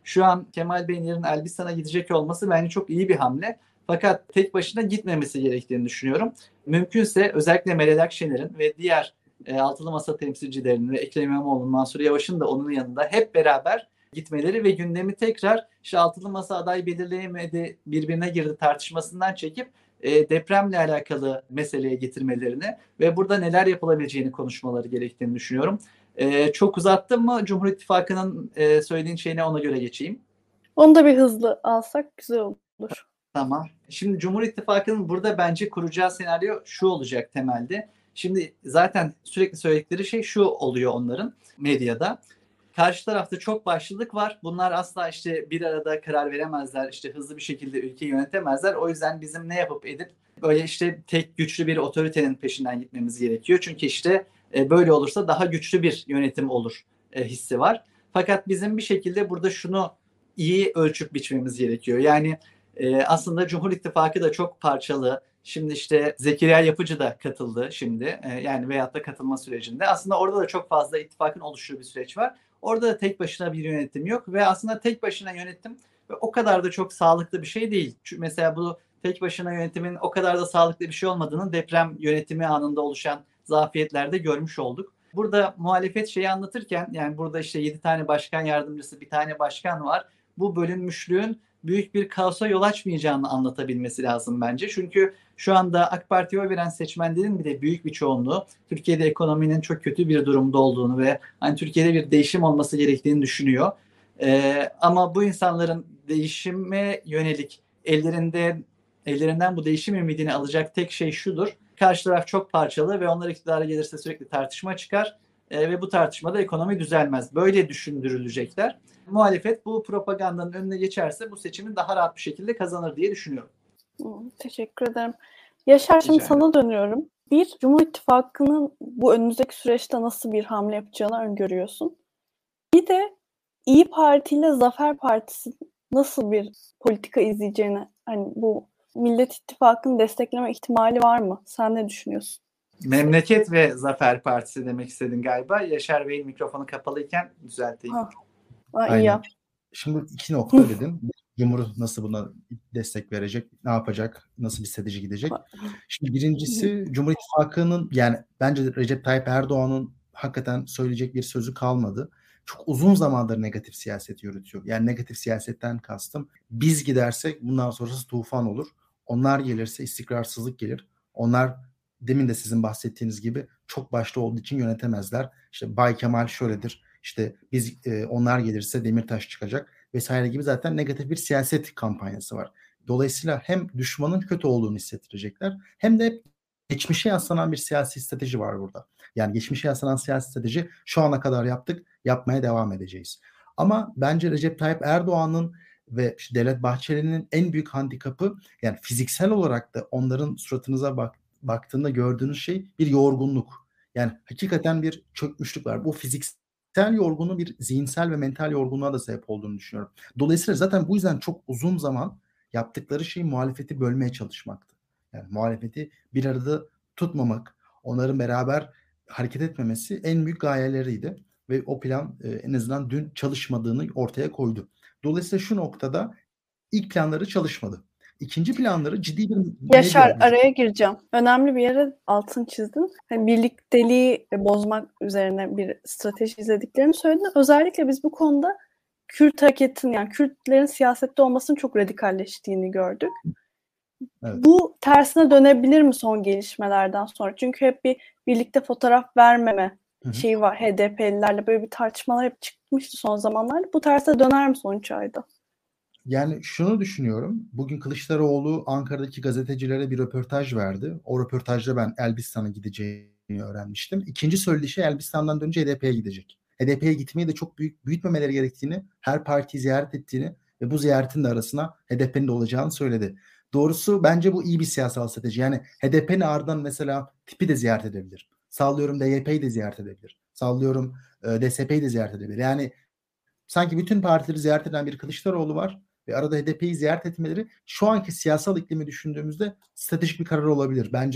şu an Kemal Bey'in yarın Elbistan'a gidecek olması bence çok iyi bir hamle. Fakat tek başına gitmemesi gerektiğini düşünüyorum. Mümkünse özellikle Meral Akşener'in ve diğer altılı masa temsilcilerinin ve Ekrem İmamoğlu'nun, Mansur Yavaş'ın da onun yanında hep beraber gitmeleri ve gündemi tekrar işte altılı masa aday belirleyemedi, birbirine girdi tartışmasından çekip depremle alakalı meseleye getirmelerini ve burada neler yapılabileceğini konuşmaları gerektiğini düşünüyorum. Çok uzattım mı? Cumhur İttifakı'nın söylediğin şeyine ona göre geçeyim. Onu da bir hızlı alsak güzel olur. Tamam. Şimdi Cumhur İttifakı'nın burada bence kuracağı senaryo şu olacak temelde. Şimdi zaten sürekli söyledikleri şey şu oluyor onların medyada. Karşı tarafta çok başlılık var. Bunlar asla işte bir arada karar veremezler. İşte hızlı bir şekilde ülkeyi yönetemezler. O yüzden bizim ne yapıp edip böyle işte tek güçlü bir otoritenin peşinden gitmemiz gerekiyor. Çünkü işte böyle olursa daha güçlü bir yönetim olur hissi var. Fakat bizim bir şekilde burada şunu iyi ölçüp biçmemiz gerekiyor. Yani aslında Cumhur İttifakı da çok parçalı. Şimdi işte Zekeriya Yapıcı da katıldı şimdi. Yani veyahut da katılma sürecinde. Aslında orada da çok fazla ittifakın oluştuğu bir süreç var. Orada da tek başına bir yönetim yok ve aslında tek başına yönetim ve o kadar da çok sağlıklı bir şey değil. Çünkü mesela bu tek başına yönetimin o kadar da sağlıklı bir şey olmadığını deprem yönetimi anında oluşan zafiyetlerde görmüş olduk. Burada muhalefet şeyi anlatırken yani burada işte 7 tane başkan yardımcısı, bir tane başkan var. Bu bölünmüşlüğün büyük bir kaosa yol açmayacağını anlatabilmesi lazım bence. Çünkü şu anda AK Parti'ye oy veren seçmenlerin bile büyük bir çoğunluğu Türkiye'de ekonominin çok kötü bir durumda olduğunu ve hani Türkiye'de bir değişim olması gerektiğini düşünüyor. Ama bu insanların değişime yönelik ellerinden bu değişim ümidini alacak tek şey şudur. Karşı taraf çok parçalı ve onlar iktidara gelirse sürekli tartışma çıkar ve bu tartışmada ekonomi düzelmez. Böyle düşündürülecekler. Muhalefet bu propagandanın önüne geçerse bu seçimi daha rahat bir şekilde kazanır diye düşünüyorum. Teşekkür ederim. Yaşar, şimdi sana dönüyorum. Bir, Cumhur İttifakı'nın bu önümüzdeki süreçte nasıl bir hamle yapacağını öngörüyorsun. Bir de İyi Parti ile Zafer Partisi nasıl bir politika izleyeceğini, hani bu Millet İttifakı'nı destekleme ihtimali var mı? Sen ne düşünüyorsun? Memleket ve Zafer Partisi demek istedin galiba. Yaşar Bey'in mikrofonu kapalıyken düzelteyim. İyi ya. Şimdi iki nokta dedim. Cumhur nasıl buna destek verecek, ne yapacak, nasıl bir strateji gidecek? Şimdi birincisi Cumhur İttifakı'nın, yani bence Recep Tayyip Erdoğan'ın hakikaten söyleyecek bir sözü kalmadı. Çok uzun zamandır negatif siyaset yürütüyor. Yani negatif siyasetten kastım, biz gidersek bundan sonrası tufan olur. Onlar gelirse istikrarsızlık gelir. Onlar demin de sizin bahsettiğiniz gibi çok başta olduğu için yönetemezler. İşte Bay Kemal şöyledir. İşte biz onlar gelirse Demirtaş çıkacak vesaire gibi zaten negatif bir siyaset kampanyası var. Dolayısıyla hem düşmanın kötü olduğunu hissettirecekler hem de hep geçmişe yaslanan bir siyasi strateji var burada. Yani geçmişe yaslanan siyasi strateji şu ana kadar yaptık, yapmaya devam edeceğiz. Ama bence Recep Tayyip Erdoğan'ın ve işte Devlet Bahçeli'nin en büyük handikapı, yani fiziksel olarak da onların suratınıza baktığında gördüğünüz şey bir yorgunluk. Yani hakikaten bir çökmüşlük var. Bu fiziksel yorgunluğun bir zihinsel ve mental yorgunluğa da sebep olduğunu düşünüyorum. Dolayısıyla zaten bu yüzden çok uzun zaman yaptıkları şey muhalefeti bölmeye çalışmaktı. Yani muhalefeti bir arada tutmamak, onların beraber hareket etmemesi en büyük gayeleriydi. Ve o plan en azından dün çalışmadığını ortaya koydu. Dolayısıyla şu noktada ilk planları çalışmadı. İkinci planları ciddi bir... Yaşar, araya gireceğim. Önemli bir yere altın çizdin. Yani birlikteliği bozmak üzerine bir strateji izlediklerini söyledin. Özellikle biz bu konuda Kürt hareketinin, yani Kürtlerin siyasette olmasının çok radikalleştiğini gördük. Evet. Bu tersine dönebilir mi son gelişmelerden sonra? Çünkü hep bir birlikte fotoğraf vermeme şeyi var. HDP'lilerle böyle bir tartışmalar hep çıkmıştı son zamanlarda. Bu tersine döner mi son 3 ayda? Yani şunu düşünüyorum. Bugün Kılıçdaroğlu Ankara'daki gazetecilere bir röportaj verdi. O röportajda ben Elbistan'a gideceğini öğrenmiştim. İkinci söylediği şey, Elbistan'dan dönünce HDP'ye gidecek. HDP'ye gitmeyi de çok büyütmemeleri gerektiğini, her partiyi ziyaret ettiğini ve bu ziyaretin de arasına HDP'nin de olacağını söyledi. Doğrusu bence bu iyi bir siyasal strateji. Yani HDP'nin ardından mesela tipi de ziyaret edebilir. Sallıyorum DYP'yi de ziyaret edebilir. Sallıyorum DSP'yi de ziyaret edebilir. Yani sanki bütün partileri ziyaret eden bir Kılıçdaroğlu var ve arada HDP'yi ziyaret etmeleri şu anki siyasal iklimi düşündüğümüzde stratejik bir karar olabilir. Bence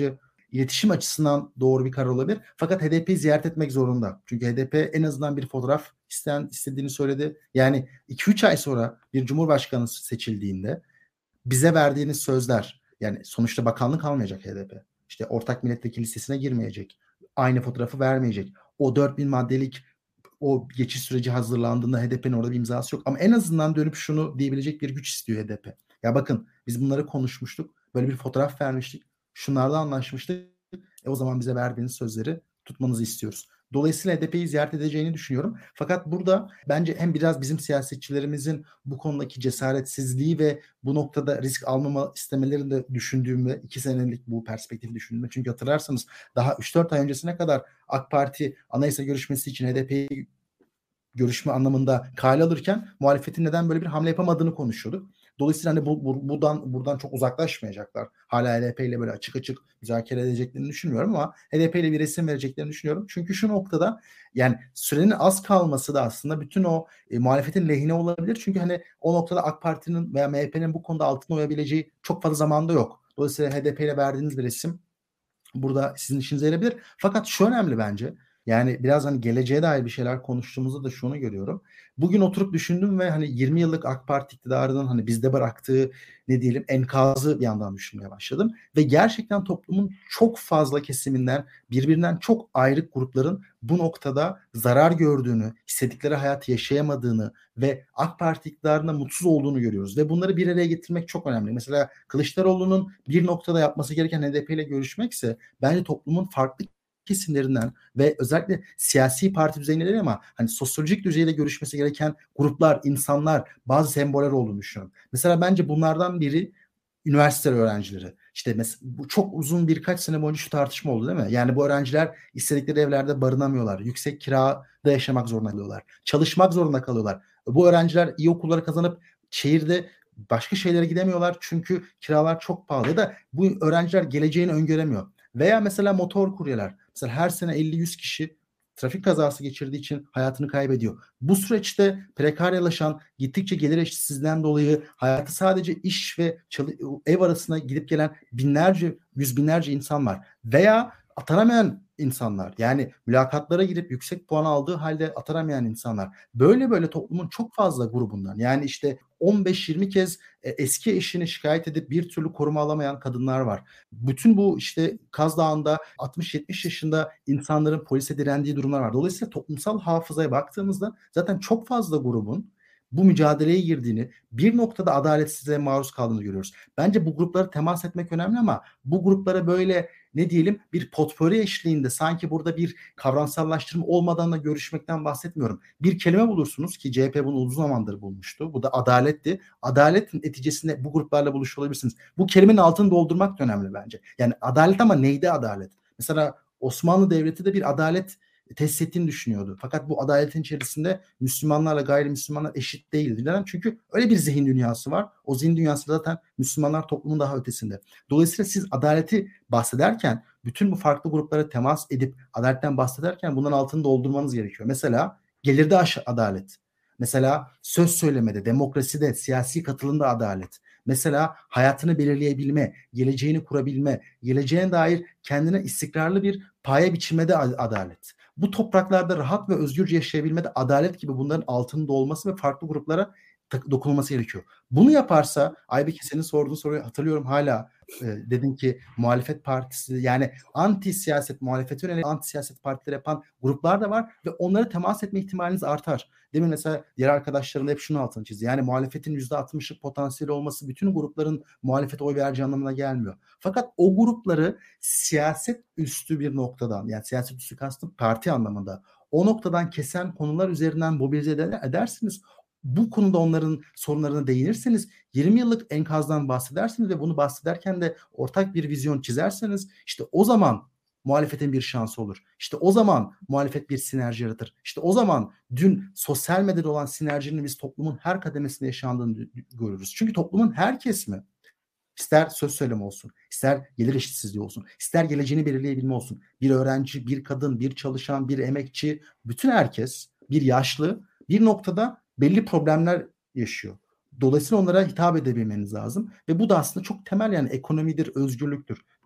iletişim açısından doğru bir karar olabilir. Fakat HDP'yi ziyaret etmek zorunda. Çünkü HDP en azından bir fotoğraf istediğini söyledi. Yani 2-3 ay sonra bir cumhurbaşkanı seçildiğinde bize verdiğiniz sözler, yani sonuçta bakanlık almayacak HDP. İşte ortak milletvekili listesine girmeyecek. Aynı fotoğrafı vermeyecek. O 4000 maddelik o geçiş süreci hazırlandığında HDP'nin orada bir imzası yok. Ama en azından dönüp şunu diyebilecek bir güç istiyor HDP. Ya bakın biz bunları konuşmuştuk. Böyle bir fotoğraf vermiştik. Şunlardan anlaşmıştık. O zaman bize verdiğiniz sözleri tutmanızı istiyoruz. Dolayısıyla HDP'yi ziyaret edeceğini düşünüyorum. Fakat burada bence hem biraz bizim siyasetçilerimizin bu konudaki cesaretsizliği ve bu noktada risk almama istemelerini de düşündüğümde 2 senelik bu perspektifi düşündüğümde, çünkü hatırlarsanız daha 3-4 ay öncesine kadar AK Parti anayasa görüşmesi için HDP'yi görüşme anlamında kale alırken muhalefetin neden böyle bir hamle yapamadığını konuşuyorduk. Dolayısıyla hani buradan çok uzaklaşmayacaklar. Hala HDP ile böyle açık açık müzakere edeceklerini düşünmüyorum ama HDP ile bir resim vereceklerini düşünüyorum. Çünkü şu noktada yani sürenin az kalması da aslında bütün o muhalefetin lehine olabilir. Çünkü hani o noktada AK Parti'nin veya MHP'nin bu konuda altına uyabileceği çok fazla zamanda yok. Dolayısıyla HDP ile verdiğiniz bir resim burada sizin işinize yarayabilir. Fakat şu önemli bence. Yani biraz hani geleceğe dair bir şeyler konuştuğumuzda da şunu görüyorum. Bugün oturup düşündüm ve hani 20 yıllık AK Parti iktidarının hani bizde bıraktığı ne diyelim enkazı bir yandan düşünmeye başladım. Ve gerçekten toplumun çok fazla kesiminden birbirinden çok ayrı grupların bu noktada zarar gördüğünü, istedikleri hayatı yaşayamadığını ve AK Parti iktidarında mutsuz olduğunu görüyoruz. Ve bunları bir araya getirmek çok önemli. Mesela Kılıçdaroğlu'nun bir noktada yapması gereken HDP ile görüşmekse bence toplumun farklı kesimlerinden ve özellikle siyasi parti düzeyinde değil ama hani sosyolojik düzeyde görüşmesi gereken gruplar, insanlar, bazı semboller olduğunu düşünüyorum. Mesela bence bunlardan biri üniversite öğrencileri. İşte mesela bu çok uzun birkaç sene boyunca şu tartışma oldu değil mi? Yani bu öğrenciler istedikleri evlerde barınamıyorlar. Yüksek kirada yaşamak zorunda kalıyorlar. Çalışmak zorunda kalıyorlar. Bu öğrenciler iyi okulları kazanıp şehirde başka şeylere gidemiyorlar çünkü kiralar çok pahalı ya da bu öğrenciler geleceğini öngöremiyor. Veya mesela motor kuryeler. Mesela her sene 50-100 kişi trafik kazası geçirdiği için hayatını kaybediyor. Bu süreçte prekaryalaşan, gittikçe gelir eşitsizliğinden dolayı hayatı sadece iş ve ev arasında gidip gelen binlerce, yüz binlerce insan var. Veya atanamayan insanlar, yani mülakatlara girip yüksek puan aldığı halde atanamayan insanlar. Böyle toplumun çok fazla grubundan, yani işte 15-20 kez eski eşini şikayet edip bir türlü koruma alamayan kadınlar var. Bütün bu işte Kaz Dağı'nda 60-70 yaşında insanların polise direndiği durumlar var. Dolayısıyla toplumsal hafızaya baktığımızda zaten çok fazla grubun bu mücadeleye girdiğini, bir noktada adaletsizliğe maruz kaldığını görüyoruz. Bence bu gruplara temas etmek önemli ama bu gruplara böyle ne diyelim bir potpori eşliğinde sanki burada bir kavramsallaştırma olmadan da görüşmekten bahsetmiyorum. Bir kelime bulursunuz ki CHP bunu uzun zamandır bulmuştu. Bu da adaletti. Adaletin neticesinde bu gruplarla buluşuyor olabilirsiniz. Bu kelimenin altını doldurmak da önemli bence. Yani adalet ama neydi adalet? Mesela Osmanlı Devleti de bir adalet tesis ettiğini düşünüyordu. Fakat bu adaletin içerisinde Müslümanlarla gayrimüslimanlar eşit değildi. Neden? Çünkü öyle bir zihin dünyası var. O zihin dünyası zaten Müslümanlar toplumun daha ötesinde. Dolayısıyla siz adaleti bahsederken bütün bu farklı gruplara temas edip adaletten bahsederken bunların altını doldurmanız gerekiyor. Mesela gelirde adalet. Mesela söz söylemede, demokraside, siyasi katılımda adalet. Mesela hayatını belirleyebilme, geleceğini kurabilme, geleceğine dair kendine istikrarlı bir paye biçimede adalet. Bu topraklarda rahat ve özgürce yaşayabilmede adalet gibi bunların altının dolması ve farklı gruplara dokunulması gerekiyor. Bunu yaparsa Aybike senin sorduğun soruyu hatırlıyorum hala dedin ki muhalefet partisi yani anti siyaset muhalefete yönelik anti siyaset partileri yapan gruplar da var ve onlara temas etme ihtimaliniz artar. Demin mesela diğer arkadaşlarım da hep şunu altını çizdi. Yani muhalefetin %60'lık potansiyeli olması bütün grupların muhalefete oy vereceği anlamına gelmiyor. Fakat o grupları siyaset üstü bir noktadan yani siyaset üstü kastım parti anlamında o noktadan kesen konular üzerinden mobilize edersiniz. Bu konuda onların sorunlarına değinirseniz 20 yıllık enkazdan bahsedersiniz ve bunu bahsederken de ortak bir vizyon çizerseniz işte o zaman muhalefetin bir şansı olur. İşte o zaman muhalefet bir sinerji yaratır. İşte o zaman dün sosyal medyada olan sinerjinin biz toplumun her kademesinde yaşandığını görürüz. Çünkü toplumun her kesimi İster söz söyleme olsun, ister gelir eşitsizliği olsun, ister geleceğini belirleyebilme olsun. Bir öğrenci, bir kadın, bir çalışan, bir emekçi, bütün herkes, bir yaşlı bir noktada belli problemler yaşıyor. Dolayısıyla onlara hitap edebilmeniz lazım. Ve bu da aslında çok temel yani ekonomidir, özgürlüktür.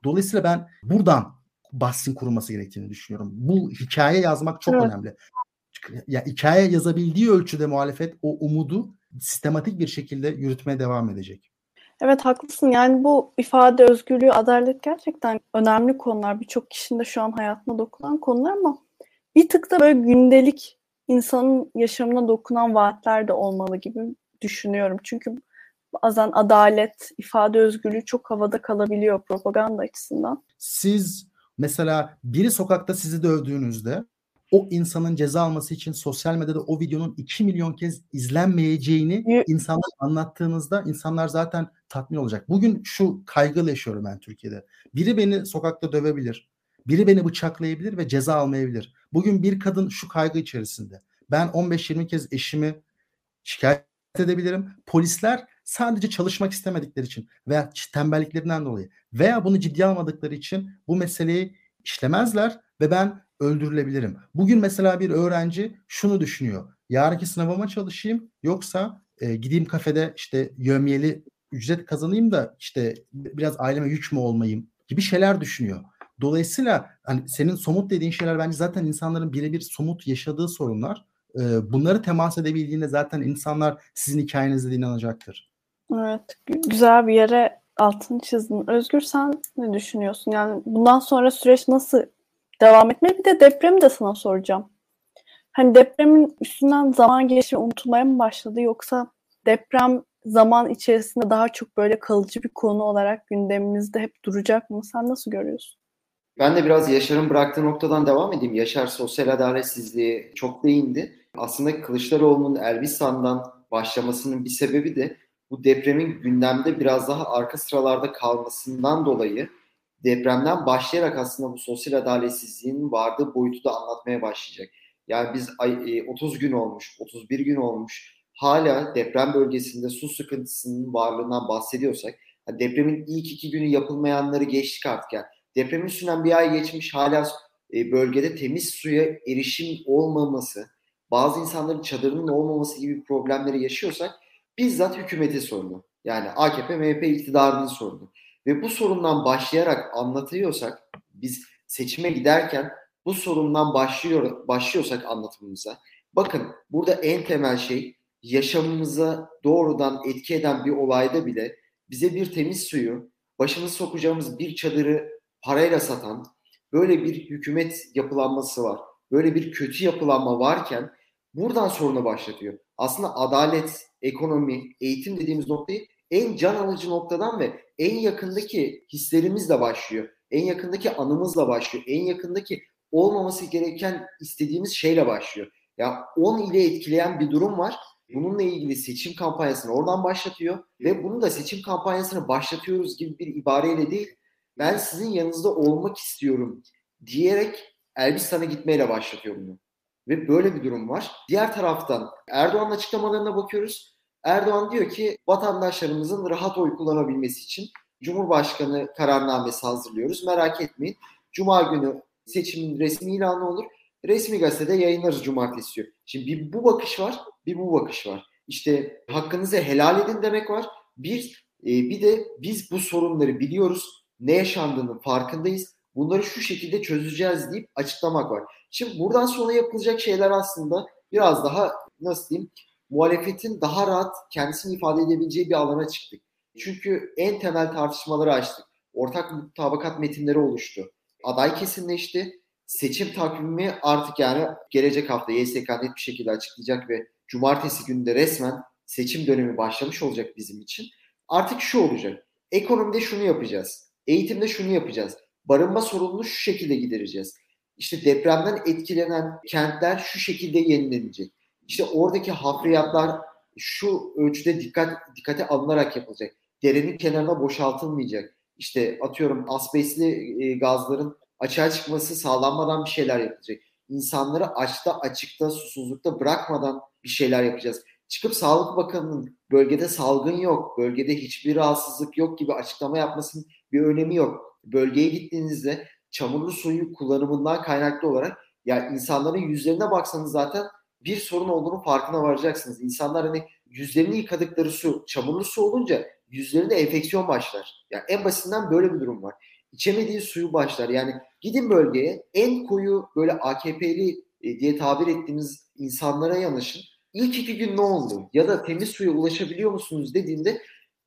Dolayısıyla ben buradan bahsin kurulması gerektiğini düşünüyorum. Bu hikaye yazmak çok önemli. Ya hikaye yazabildiği ölçüde muhalefet o umudu sistematik bir şekilde yürütmeye devam edecek. Evet, haklısın. Yani bu ifade özgürlüğü, adalet gerçekten önemli konular. Birçok kişinin de şu an hayatına dokunan konular ama bir tık da böyle gündelik insanın yaşamına dokunan vaatler de olmalı gibi düşünüyorum. Çünkü bazen adalet, ifade özgürlüğü çok havada kalabiliyor propaganda açısından. Siz mesela biri sokakta sizi dövdüğünüzde o insanın ceza alması için sosyal medyada o videonun 2 milyon kez izlenmeyeceğini insanlara anlattığınızda insanlar zaten tatmin olacak. Bugün şu kaygıyla yaşıyorum ben Türkiye'de. Biri beni sokakta dövebilir. Biri beni bıçaklayabilir ve ceza almayabilir. Bugün bir kadın şu kaygı içerisinde. Ben 15-20 kez eşimi şikayet edebilirim. Polisler sadece çalışmak istemedikleri için veya tembelliklerinden dolayı veya bunu ciddiye almadıkları için bu meseleyi işlemezler ve ben öldürülebilirim. Bugün mesela bir öğrenci şunu düşünüyor. Yarınki sınavıma çalışayım yoksa gideyim kafede işte yevmiyeli ücret kazanayım da işte biraz aileme yük mü olmayayım gibi şeyler düşünüyor. Dolayısıyla hani senin somut dediğin şeyler bence zaten insanların birebir somut yaşadığı sorunlar. Bunları temas edebildiğinde zaten insanlar sizin hikayenizde inanacaktır. Evet, güzel bir yere altını çizdin. Özgür, sen ne düşünüyorsun? Yani bundan sonra süreç nasıl devam etmeli? Bir de depremi de sana soracağım. Hani depremin üstünden zaman geçti, unutulmaya mı başladı, yoksa deprem zaman içerisinde daha çok böyle kalıcı bir konu olarak gündemimizde hep duracak mı? Sen nasıl görüyorsun? Ben de biraz Yaşar'ın bıraktığı noktadan devam edeyim. Yaşar sosyal adaletsizliğe çok değindi. Aslında Kılıçdaroğlu'nun Elbistan'dan başlamasının bir sebebi de bu depremin gündemde biraz daha arka sıralarda kalmasından dolayı depremden başlayarak aslında bu sosyal adaletsizliğin vardığı boyutu da anlatmaya başlayacak. Yani biz 30 gün olmuş, 31 gün olmuş hala deprem bölgesinde su sıkıntısının varlığından bahsediyorsak, depremin ilk 2 günü yapılmayanları geçtik artık yani. Depremin üstünden bir ay geçmiş, hala bölgede temiz suya erişim olmaması, bazı insanların çadırının olmaması gibi problemleri yaşıyorsak bizzat hükümetin sorunu. Yani AKP, MHP iktidarının sorunu. Ve bu sorundan başlayarak anlatıyorsak, biz seçime giderken bu sorundan başlıyorsak anlatımımıza, bakın burada en temel şey yaşamımıza doğrudan etki eden bir olayda bile bize bir temiz suyu, başımızı sokacağımız bir çadırı parayla satan böyle bir hükümet yapılanması var. Böyle bir kötü yapılanma varken buradan sorunu başlatıyor. Aslında adalet, ekonomi, eğitim dediğimiz noktayı en can alıcı noktadan ve en yakındaki hislerimizle başlıyor. En yakındaki anımızla başlıyor. En yakındaki olmaması gereken istediğimiz şeyle başlıyor. Ya 10 ile etkileyen bir durum var. Bununla ilgili seçim kampanyasını oradan başlatıyor ve bunu da seçim kampanyasını başlatıyoruz gibi bir ibareyle değil, ben sizin yanınızda olmak istiyorum diyerek Elbistan'a gitmeyle başlatıyor bunu. Ve böyle bir durum var. Diğer taraftan Erdoğan'ın açıklamalarına bakıyoruz. Erdoğan diyor ki vatandaşlarımızın rahat oy kullanabilmesi için Cumhurbaşkanı kararnamesi hazırlıyoruz. Merak etmeyin. Cuma günü seçimin resmi ilanı olur. Resmi gazetede yayınlarız cumartesi diyor. Şimdi bir bu bakış var, bir bu bakış var. İşte hakkınızı helal edin demek var. Bir de biz bu sorunları biliyoruz. Ne yaşandığının farkındayız. Bunları şu şekilde çözeceğiz deyip açıklamak var. Şimdi buradan sonra yapılacak şeyler aslında biraz daha nasıl diyeyim, muhalefetin daha rahat kendisini ifade edebileceği bir alana çıktık. Çünkü en temel tartışmaları açtık. Ortak mutabakat metinleri oluştu. Aday kesinleşti. Seçim takvimi artık yani gelecek hafta YSK net bir şekilde açıklayacak ve cumartesi günü de resmen seçim dönemi başlamış olacak bizim için. Artık şu olacak. Ekonomide şunu yapacağız. Eğitimde şunu yapacağız. Barınma sorununu şu şekilde gidereceğiz. İşte depremden etkilenen kentler şu şekilde yenilenecek. İşte oradaki hafriyatlar şu ölçüde dikkate alınarak yapılacak. Derenin kenarına boşaltılmayacak. İşte atıyorum asbestli gazların açığa çıkması sağlanmadan bir şeyler yapılacak. İnsanları açıkta, susuzlukta bırakmadan bir şeyler yapacağız. Çıkıp Sağlık Bakanı'nın bölgede salgın yok, bölgede hiçbir rahatsızlık yok gibi açıklama yapmasının bir önemi yok. Bölgeye gittiğinizde çamurlu suyu kullanımından kaynaklı olarak ya insanların yüzlerine baksanız zaten bir sorun olduğunu farkına varacaksınız. İnsanlar hani yüzlerini yıkadıkları su çamurlu su olunca yüzlerinde enfeksiyon başlar. Yani en basitinden böyle bir durum var. içemediği suyu başlar. Yani gidin bölgeye, en koyu böyle AKP'li diye tabir ettiğimiz insanlara yanaşın. İlk 2 gün ne oldu? Ya da temiz suya ulaşabiliyor musunuz dediğinde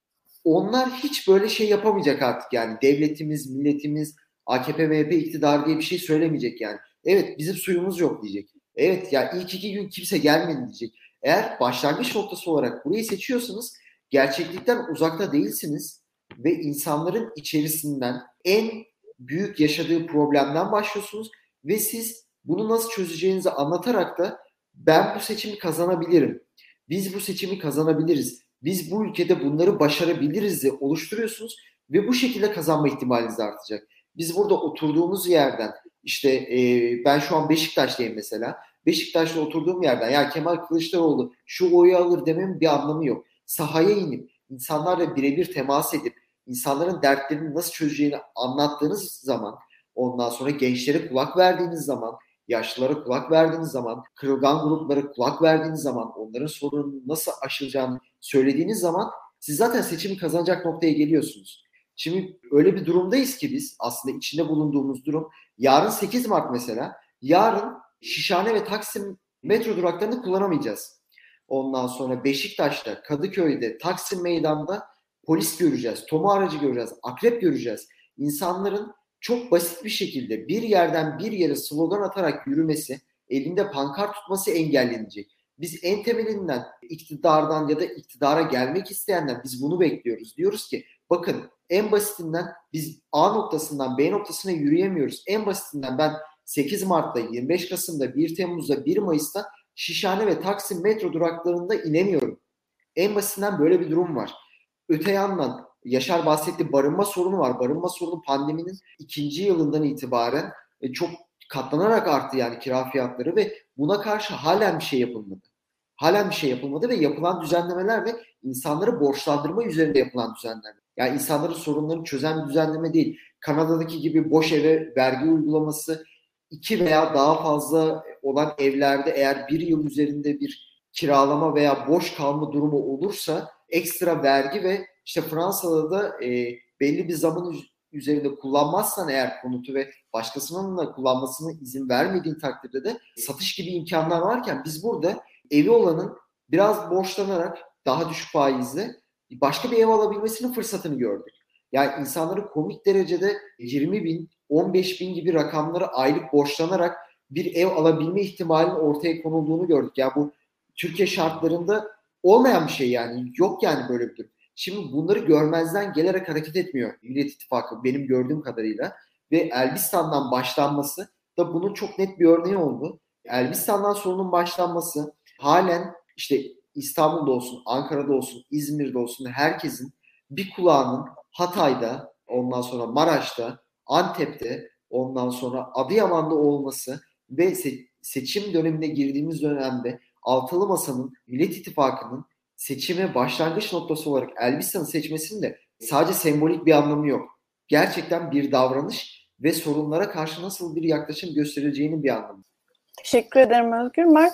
onlar hiç böyle şey yapamayacak artık yani. Devletimiz, milletimiz, AKP, MHP iktidar diye bir şey söylemeyecek yani. Evet, bizim suyumuz yok diyecek. Evet ya, ilk 2 gün kimse gelmedi diyecek. Eğer başlangıç noktası olarak burayı seçiyorsanız gerçeklikten uzakta değilsiniz ve insanların içerisinden en büyük yaşadığı problemden başlıyorsunuz ve siz bunu nasıl çözeceğinizi anlatarak da ben bu seçimi kazanabilirim. Biz bu seçimi kazanabiliriz. Biz bu ülkede bunları başarabiliriz diye oluşturuyorsunuz ve bu şekilde kazanma ihtimaliniz artacak. Biz burada oturduğumuz yerden işte ben şu an Beşiktaş'tayım mesela. Beşiktaş'ta oturduğum yerden ya Kemal Kılıçdaroğlu şu oyu alır dememin bir anlamı yok. Sahaya inip insanlarla birebir temas edip insanların dertlerini nasıl çözeceğini anlattığınız zaman, ondan sonra gençlere kulak verdiğiniz zaman, yaşlılara kulak verdiğiniz zaman, kırılgan gruplara kulak verdiğiniz zaman, onların sorununu nasıl aşılacağını söylediğiniz zaman siz zaten seçimi kazanacak noktaya geliyorsunuz. Şimdi öyle bir durumdayız ki biz aslında içinde bulunduğumuz durum. Yarın 8 Mart mesela, yarın Şişhane ve Taksim metro duraklarını kullanamayacağız. Ondan sonra Beşiktaş'ta, Kadıköy'de, Taksim Meydan'da polis göreceğiz, TOMA aracı göreceğiz, akrep göreceğiz. İnsanların çok basit bir şekilde bir yerden bir yere slogan atarak yürümesi, elinde pankart tutması engellenecek. Biz en temelinden iktidardan ya da iktidara gelmek isteyenden biz bunu bekliyoruz. Diyoruz ki bakın en basitinden biz A noktasından B noktasına yürüyemiyoruz. En basitinden ben 8 Mart'ta, 25 Kasım'da, 1 Temmuz'da, 1 Mayıs'ta Şişhane ve Taksim metro duraklarında inemiyorum. En basitinden böyle bir durum var. Öte yandan Yaşar bahsetti, barınma sorunu var. Barınma sorunu pandeminin 2. yılından itibaren çok katlanarak arttı yani kira fiyatları ve buna karşı halen bir şey yapılmadı. Halen bir şey yapılmadı ve yapılan düzenlemeler ve insanları borçlandırma üzerinde yapılan düzenlemeler. Yani insanların sorunlarını çözen bir düzenleme değil. Kanada'daki gibi boş eve vergi uygulaması, 2 veya daha fazla olan evlerde eğer 1 yıl üzerinde bir kiralama veya boş kalma durumu olursa ekstra vergi ve işte Fransa'da da belli bir zaman üzerinde kullanmazsan eğer konutu ve başkasının da kullanmasına izin vermediğin takdirde de satış gibi imkanlar varken biz burada evi olanın biraz borçlanarak daha düşük faizle başka bir ev alabilmesinin fırsatını gördük. Yani insanların komik derecede 20 bin, 15 bin gibi rakamları aylık borçlanarak bir ev alabilme ihtimalinin ortaya konulduğunu gördük. Yani bu Türkiye şartlarında olmayan bir şey yani. Yok yani böyle bir durum. Şimdi bunları görmezden gelerek hareket etmiyor Millet İttifakı benim gördüğüm kadarıyla. Ve Elbistan'dan başlanması da bunun çok net bir örneği oldu. Elbistan'dan sorunun başlanması halen işte İstanbul'da olsun, Ankara'da olsun, İzmir'de olsun herkesin bir kulağının Hatay'da, ondan sonra Maraş'ta, Antep'te, ondan sonra Adıyaman'da olması ve seçim dönemine girdiğimiz dönemde Altılı Masa'nın, Millet İttifakı'nın seçime başlangıç noktası olarak Elbistan'ı seçmesinin de sadece sembolik bir anlamı yok. Gerçekten bir davranış ve sorunlara karşı nasıl bir yaklaşım gösterileceğinin bir anlamı. Teşekkür ederim Özgür. Mert,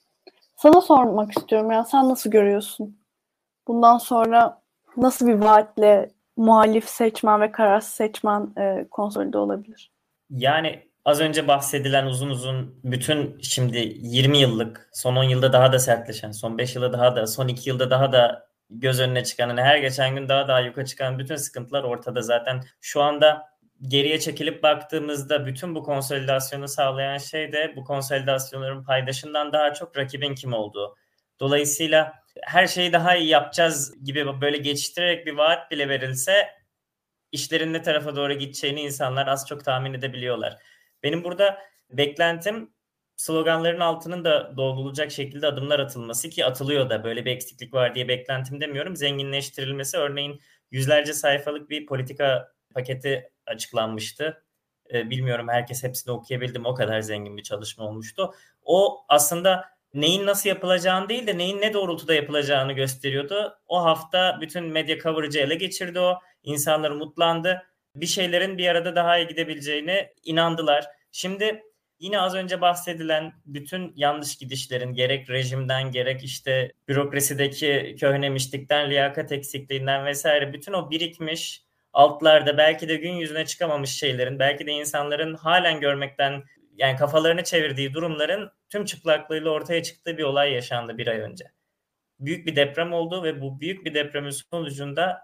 sana sormak istiyorum. Ya sen nasıl görüyorsun? Bundan sonra nasıl bir vaatle muhalif seçmen ve kararsız seçmen konsolide olabilir? Yani az önce bahsedilen uzun uzun bütün şimdi 20 yıllık, son 10 yılda daha da sertleşen, son 5 yılda daha da, son 2 yılda daha da göz önüne çıkan, hani her geçen gün daha da yukarı çıkan bütün sıkıntılar ortada zaten. Şu anda geriye çekilip baktığımızda bütün bu konsolidasyonu sağlayan şey de bu konsolidasyonların paydaşından daha çok rakibin kim olduğu. Dolayısıyla her şeyi daha iyi yapacağız gibi böyle geçiştirerek bir vaat bile verilse işlerin ne tarafa doğru gideceğini insanlar az çok tahmin edebiliyorlar. Benim burada beklentim sloganların altının da doldurulacak şekilde adımlar atılması, ki atılıyor da, böyle bir eksiklik var diye beklentim demiyorum. Zenginleştirilmesi, örneğin yüzlerce sayfalık bir politika paketi açıklanmıştı. Bilmiyorum herkes hepsini okuyabildi mi, o kadar zengin bir çalışma olmuştu. O aslında neyin nasıl yapılacağını değil de neyin ne doğrultuda yapılacağını gösteriyordu. O hafta bütün medya coverage'ı ele geçirdi o. İnsanlar umutlandı. Bir şeylerin bir arada daha iyi gidebileceğine inandılar. Şimdi yine az önce bahsedilen bütün yanlış gidişlerin, gerek rejimden gerek işte bürokrasideki köhnemişlikten, liyakat eksikliğinden vesaire, bütün o birikmiş altlarda belki de gün yüzüne çıkamamış şeylerin, belki de insanların halen görmekten yani kafalarını çevirdiği durumların tüm çıplaklığıyla ortaya çıktığı bir olay yaşandı bir ay önce. Büyük bir deprem oldu ve bu büyük bir depremin sonucunda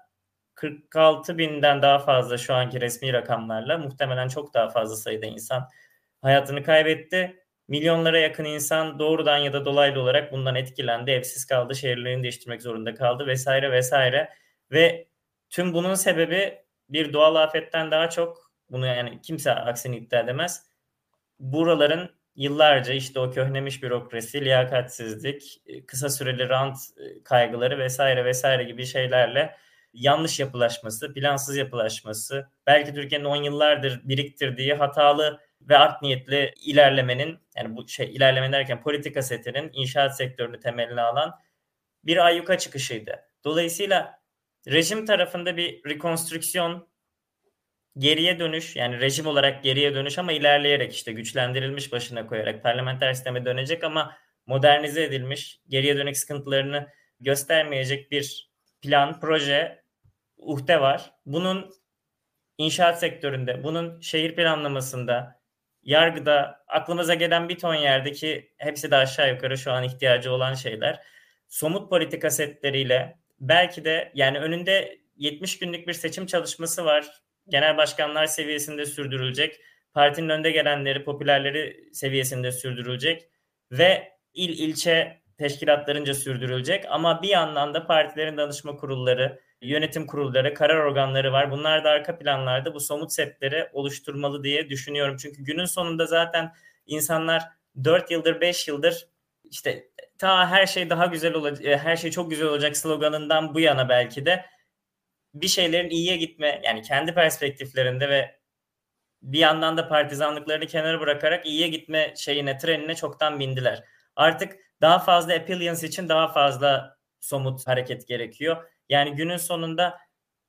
46 binden daha fazla şu anki resmi rakamlarla, muhtemelen çok daha fazla sayıda insan hayatını kaybetti. Milyonlara yakın insan doğrudan ya da dolaylı olarak bundan etkilendi, evsiz kaldı, şehirlerini değiştirmek zorunda kaldı vesaire vesaire. Ve tüm bunun sebebi bir doğal afetten daha çok, bunu yani kimse aksini iddia edemez, buraların yıllarca işte o köhnemiş bürokrasi, liyakatsizlik, kısa süreli rant kaygıları vesaire vesaire gibi şeylerle yanlış yapılaşması, plansız yapılaşması, belki Türkiye'nin 10 yıllardır biriktirdiği hatalı ve art niyetli ilerlemenin, yani bu ilerleme derken politika setinin inşaat sektörünü temeline alan bir ayyuka çıkışıydı. Dolayısıyla rejim tarafında bir rekonstrüksiyon, geriye dönüş, yani rejim olarak geriye dönüş ama ilerleyerek, işte güçlendirilmiş başına koyarak parlamenter sisteme dönecek ama modernize edilmiş, geriye dönük sıkıntılarını göstermeyecek bir plan, proje, uhde var. Bunun inşaat sektöründe, bunun şehir planlamasında, yargıda, aklımıza gelen bir ton yerdeki hepsi de aşağı yukarı şu an ihtiyacı olan şeyler. Somut politika setleriyle belki de, yani önünde 70 günlük bir seçim çalışması var. Genel başkanlar seviyesinde sürdürülecek. Partinin önde gelenleri, popülerleri seviyesinde sürdürülecek. Ve ilçe teşkilatlarınca sürdürülecek. Ama bir yandan da partilerin danışma kurulları, yönetim kurulları, karar organları var. Bunlar da arka planlarda bu somut setleri oluşturmalı diye düşünüyorum. Çünkü günün sonunda zaten insanlar 4 yıldır, 5 yıldır işte ta her şey daha güzel olacak, her şey çok güzel olacak sloganından bu yana belki de bir şeylerin iyiye gitme, yani kendi perspektiflerinde ve bir yandan da partizanlıklarını kenara bırakarak iyiye gitme trenine çoktan bindiler. Artık daha fazla appearance için daha fazla somut hareket gerekiyor. Yani günün sonunda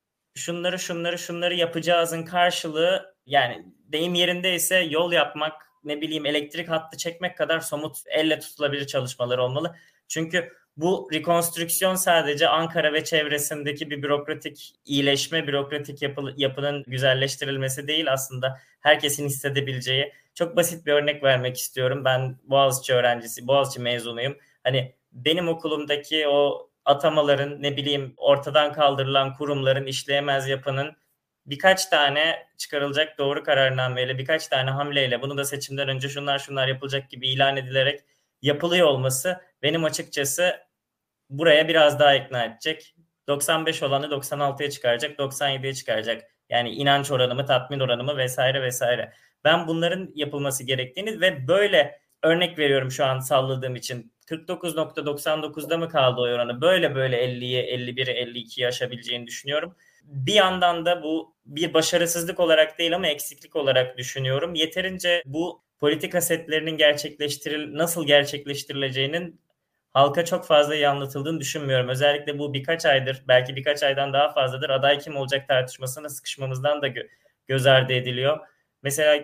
şunları yapacağızın karşılığı, yani deyim yerindeyse yol yapmak, ne bileyim elektrik hattı çekmek kadar somut, elle tutulabilir çalışmalar olmalı. Çünkü bu rekonstrüksiyon sadece Ankara ve çevresindeki bir bürokratik iyileşme, bürokratik yapının güzelleştirilmesi değil, aslında herkesin hissedebileceği. Çok basit bir örnek vermek istiyorum. Ben Boğaziçi mezunuyum. Hani benim okulumdaki o atamaların, ne bileyim ortadan kaldırılan kurumların, işleyemez yapının birkaç tane çıkarılacak doğru kararnameyle, birkaç tane hamleyle, bunu da seçimden önce şunlar yapılacak gibi ilan edilerek yapılıyor olması benim açıkçası buraya biraz daha ikna edecek. 95 olanı 96'ya çıkaracak, 97'ye çıkaracak. Yani inanç oranımı, tatmin oranımı vesaire vesaire. Ben bunların yapılması gerektiğini ve böyle, örnek veriyorum şu an salladığım için, 49.99'da mı kaldı o oranı? Böyle 50'ye, 51'e, 52'ye aşabileceğini düşünüyorum. Bir yandan da bu bir başarısızlık olarak değil ama eksiklik olarak düşünüyorum. Yeterince bu politika setlerinin nasıl gerçekleştirileceğinin halka çok fazla iyi anlatıldığını düşünmüyorum. Özellikle bu birkaç aydır, belki birkaç aydan daha fazladır aday kim olacak tartışmasına sıkışmamızdan da göz ardı ediliyor. Mesela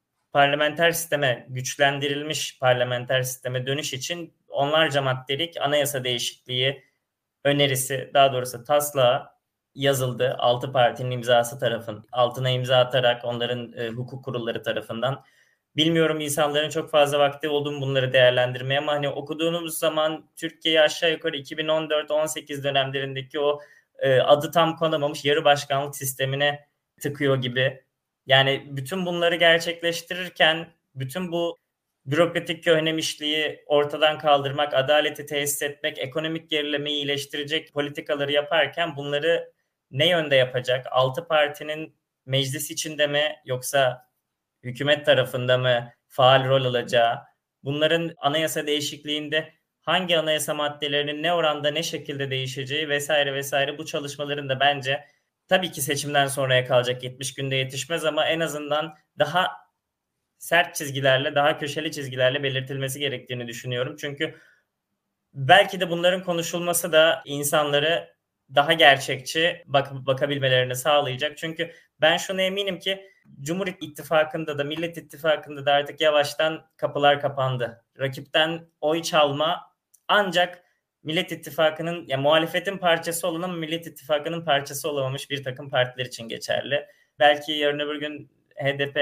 güçlendirilmiş parlamenter sisteme dönüş için onlarca maddelik anayasa değişikliği önerisi, daha doğrusu taslağı yazıldı. 6 partinin altına imza atarak onların hukuk kurulları tarafından. Bilmiyorum insanların çok fazla vakti oldu mu bunları değerlendirmeye, ama hani okuduğumuz zaman Türkiye'yi aşağı yukarı 2014-18 dönemlerindeki o adı tam konamamış yarı başkanlık sistemine tıkıyor gibi. Yani bütün bunları gerçekleştirirken, bütün bu bürokratik köhnemişliği ortadan kaldırmak, adaleti tesis etmek, ekonomik gerilemeyi iyileştirecek politikaları yaparken bunları ne yönde yapacak? 6 partinin meclis içinde mi yoksa hükümet tarafında mı faal rol alacağı, bunların anayasa değişikliğinde hangi anayasa maddelerinin ne oranda ne şekilde değişeceği vesaire vesaire, bu çalışmaların da bence tabii ki seçimden sonraya kalacak, 70 günde yetişmez ama en azından daha sert çizgilerle, daha köşeli çizgilerle belirtilmesi gerektiğini düşünüyorum. Çünkü belki de bunların konuşulması da insanları daha gerçekçi bakabilmelerini sağlayacak. Çünkü ben şuna eminim ki Cumhur İttifakı'nda da Millet İttifakı'nda da artık yavaştan kapılar kapandı. Rakipten oy çalma ancak Millet İttifakı'nın, yani muhalefetin parçası olan ama Millet İttifakı'nın parçası olamamış bir takım partiler için geçerli. Belki yarın öbür gün HDP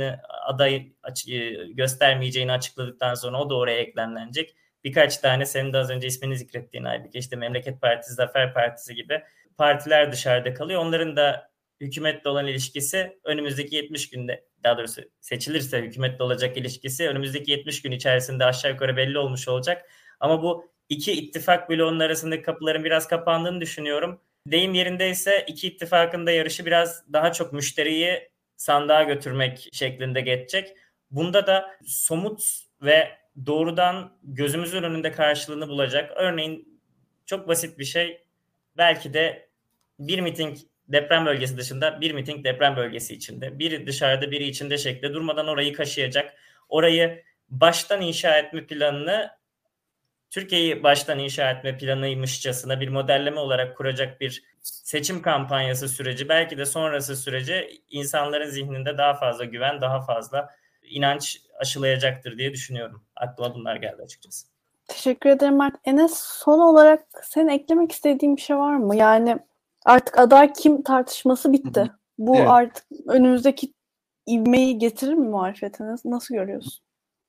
aday göstermeyeceğini açıkladıktan sonra o da oraya eklemlenecek. Birkaç tane senin de az önce ismini zikrettiğin Aybike, işte Memleket Partisi, Zafer Partisi gibi partiler dışarıda kalıyor. Onların da hükümetle olan ilişkisi önümüzdeki 70 günde, daha doğrusu seçilirse hükümetle olacak ilişkisi önümüzdeki 70 gün içerisinde aşağı yukarı belli olmuş olacak. Ama bu iki ittifak bloğunun arasındaki kapıların biraz kapandığını düşünüyorum. Deyim yerindeyse iki ittifakın da yarışı biraz daha çok müşteriyi sandığa götürmek şeklinde geçecek. Bunda da somut ve doğrudan gözümüzün önünde karşılığını bulacak. Örneğin çok basit bir şey. Belki de bir miting deprem bölgesi dışında, bir miting deprem bölgesi içinde, biri dışarıda biri içinde şeklinde durmadan orayı kaşıyacak. Orayı baştan inşa etme planını, Türkiye'yi baştan inşa etme planıymışçasına bir modelleme olarak kuracak bir seçim kampanyası süreci, belki de sonrası süreci insanların zihninde daha fazla güven, daha fazla inanç aşılayacaktır diye düşünüyorum. Aklıma bunlar geldi açıkçası. Teşekkür ederim Mert. Enes, son olarak senin eklemek istediğin bir şey var mı? Yani artık aday kim tartışması bitti. Bu Evet. artık önümüzdeki ivmeyi getirir mi muhalefetine? Nasıl görüyorsun?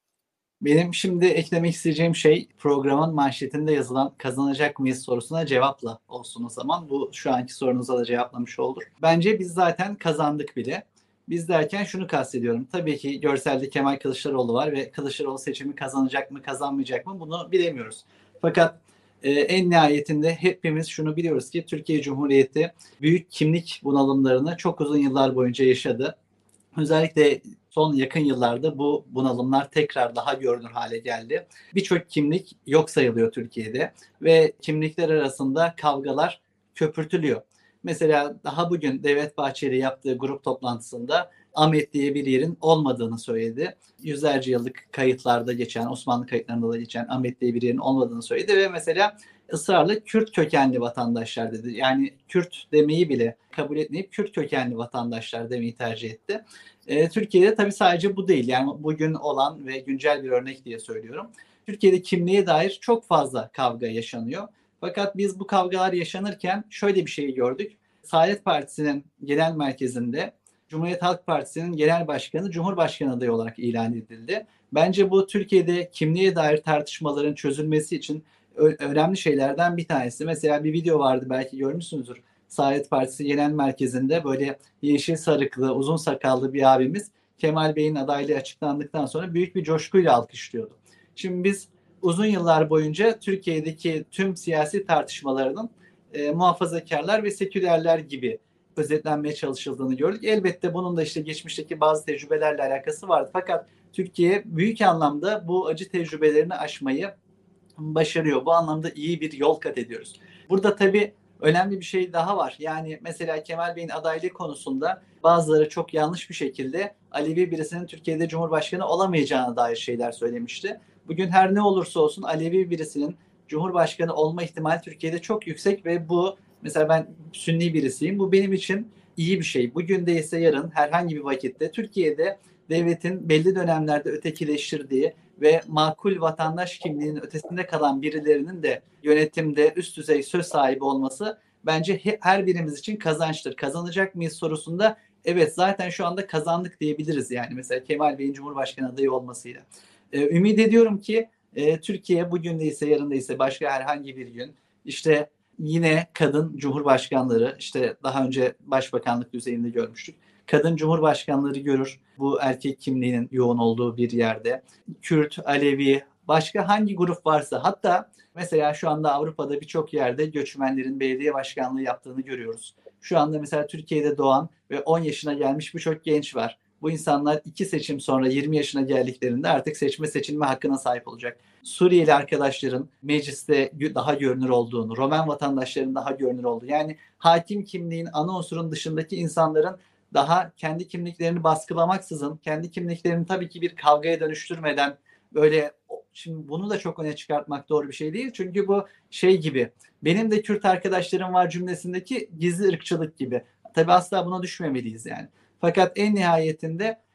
Benim şimdi eklemek isteyeceğim şey, programın manşetinde yazılan kazanacak mıyız sorusuna cevapla olsun o zaman. Bu şu anki sorunuza da cevaplamış olur. Bence biz zaten kazandık bile. Biz derken şunu kastediyorum. Tabii ki görselde Kemal Kılıçdaroğlu var ve Kılıçdaroğlu seçimi kazanacak mı kazanmayacak mı bunu bilemiyoruz. Fakat en nihayetinde hepimiz şunu biliyoruz ki Türkiye Cumhuriyeti büyük kimlik bunalımlarını çok uzun yıllar boyunca yaşadı. Özellikle son yakın yıllarda bu bunalımlar tekrar daha görünür hale geldi. Birçok kimlik yok sayılıyor Türkiye'de ve kimlikler arasında kavgalar köpürtülüyor. Mesela daha bugün Devlet Bahçeli yaptığı grup toplantısında Ahmet diye bir yerin olmadığını söyledi. Yüzlerce yıllık kayıtlarda geçen, Osmanlı kayıtlarında da geçen Ahmet diye bir yerin olmadığını söyledi ve mesela ısrarla Kürt kökenli vatandaşlar dedi. Yani Kürt demeyi bile kabul etmeyip Kürt kökenli vatandaşlar demeyi tercih etti. Türkiye'de tabii sadece bu değil. Yani bugün olan ve güncel bir örnek diye söylüyorum. Türkiye'de kimliğe dair çok fazla kavga yaşanıyor. Fakat biz bu kavgalar yaşanırken şöyle bir şey gördük. Saadet Partisi'nin genel merkezinde Cumhuriyet Halk Partisi'nin genel başkanı Cumhurbaşkanı adayı olarak ilan edildi. Bence bu Türkiye'de kimliğe dair tartışmaların çözülmesi için önemli şeylerden bir tanesi. Mesela bir video vardı, belki görmüşsünüzdür. Saadet Partisi Genel Merkezi'nde böyle yeşil sarıklı, uzun sakallı bir abimiz Kemal Bey'in adaylığı açıklandıktan sonra büyük bir coşkuyla alkışlıyordu. Şimdi biz uzun yıllar boyunca Türkiye'deki tüm siyasi tartışmalarının muhafazakarlar ve sekülerler gibi özetlenmeye çalışıldığını gördük. Elbette bunun da işte geçmişteki bazı tecrübelerle alakası vardı. Fakat Türkiye büyük anlamda bu acı tecrübelerini aşmayı başarıyor. Bu anlamda iyi bir yol kat ediyoruz. Burada tabii önemli bir şey daha var. Yani mesela Kemal Bey'in adaylığı konusunda bazıları çok yanlış bir şekilde Alevi birisinin Türkiye'de Cumhurbaşkanı olamayacağına dair şeyler söylemişti. Bugün her ne olursa olsun Alevi birisinin Cumhurbaşkanı olma ihtimali Türkiye'de çok yüksek ve bu, mesela ben Sünni birisiyim. Bu benim için iyi bir şey. Bugün değilse yarın herhangi bir vakitte Türkiye'de devletin belli dönemlerde ötekileştirdiği ve makul vatandaş kimliğinin ötesinde kalan birilerinin de yönetimde üst düzey söz sahibi olması bence her birimiz için kazançtır. Kazanacak mıyız sorusunda evet, zaten şu anda kazandık diyebiliriz. Yani mesela Kemal Bey'in Cumhurbaşkanı adayı olmasıyla. Ümit ediyorum ki Türkiye bugün değilse yarın değilse başka herhangi bir gün işte yine kadın cumhurbaşkanları, işte daha önce başbakanlık düzeyinde görmüştük. Kadın cumhurbaşkanları görür bu erkek kimliğinin yoğun olduğu bir yerde. Kürt, Alevi, başka hangi grup varsa, hatta mesela şu anda Avrupa'da birçok yerde göçmenlerin belediye başkanlığı yaptığını görüyoruz. Şu anda mesela Türkiye'de doğan ve 10 yaşına gelmiş birçok genç var. Bu insanlar 2 seçim sonra 20 yaşına geldiklerinde artık seçilme hakkına sahip olacak. Suriyeli arkadaşların mecliste daha görünür olduğunu, Roman vatandaşların daha görünür olduğunu, yani hakim kimliğin ana unsurun dışındaki insanların daha kendi kimliklerini baskılamaksızın, kendi kimliklerini tabii ki bir kavgaya dönüştürmeden, böyle, şimdi bunu da çok öne çıkartmak doğru bir şey değil. Çünkü bu şey gibi, benim de Kürt arkadaşlarım var cümlesindeki gizli ırkçılık gibi. Tabii asla buna düşmemeliyiz yani. Fakat en nihayetinde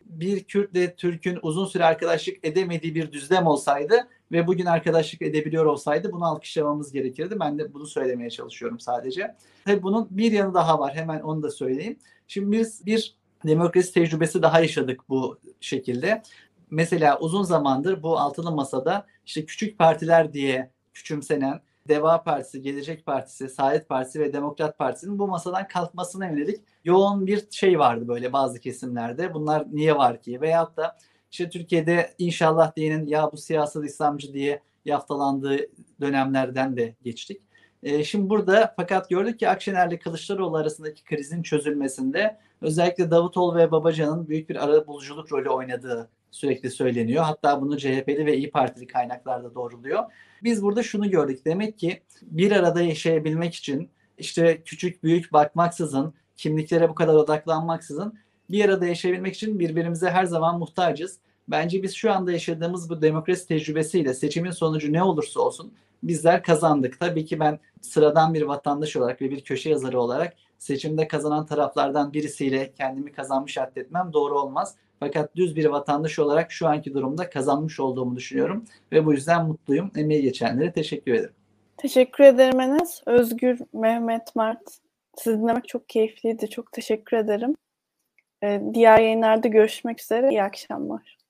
bir Kürtle Türk'ün uzun süre arkadaşlık edemediği bir düzlem olsaydı ve bugün arkadaşlık edebiliyor olsaydı bunu alkışlamamız gerekirdi. Ben de bunu söylemeye çalışıyorum sadece. Tabii bunun bir yanı daha var. Hemen onu da söyleyeyim. Şimdi biz bir demokrasi tecrübesi daha yaşadık bu şekilde. Mesela uzun zamandır bu altılı masada işte küçük partiler diye küçümsenen Deva Partisi, Gelecek Partisi, Saadet Partisi ve Demokrat Partisi'nin bu masadan kalkmasına yönelik yoğun bir şey vardı böyle bazı kesimlerde. Bunlar niye var ki? Veyahut da işte Türkiye'de inşallah diyenin ya bu siyasal İslamcı diye yaftalandığı dönemlerden de geçtik. Şimdi burada fakat gördük ki Akşener'le Kılıçdaroğlu arasındaki krizin çözülmesinde özellikle Davutoğlu ve Babacan'ın büyük bir arabuluculuk rolü oynadığı sürekli söyleniyor. Hatta bunu CHP'li ve İYİ Partili kaynaklarda doğruluyor. Biz burada şunu gördük. Demek ki bir arada yaşayabilmek için işte küçük büyük bakmaksızın, kimliklere bu kadar odaklanmaksızın bir arada yaşayabilmek için birbirimize her zaman muhtacız. Bence biz şu anda yaşadığımız bu demokrasi tecrübesiyle seçimin sonucu ne olursa olsun bizler kazandık. Tabii ki ben sıradan bir vatandaş olarak ve bir köşe yazarı olarak seçimde kazanan taraflardan birisiyle kendimi kazanmış addetmem doğru olmaz. Fakat düz bir vatandaş olarak şu anki durumda kazanmış olduğumu düşünüyorum ve bu yüzden mutluyum. Emeği geçenlere teşekkür ederim. Teşekkür ederim Enes. Özgür, Mehmet, Mert. Sizi dinlemek çok keyifliydi. Çok teşekkür ederim. Diğer yayınlarda görüşmek üzere. İyi akşamlar.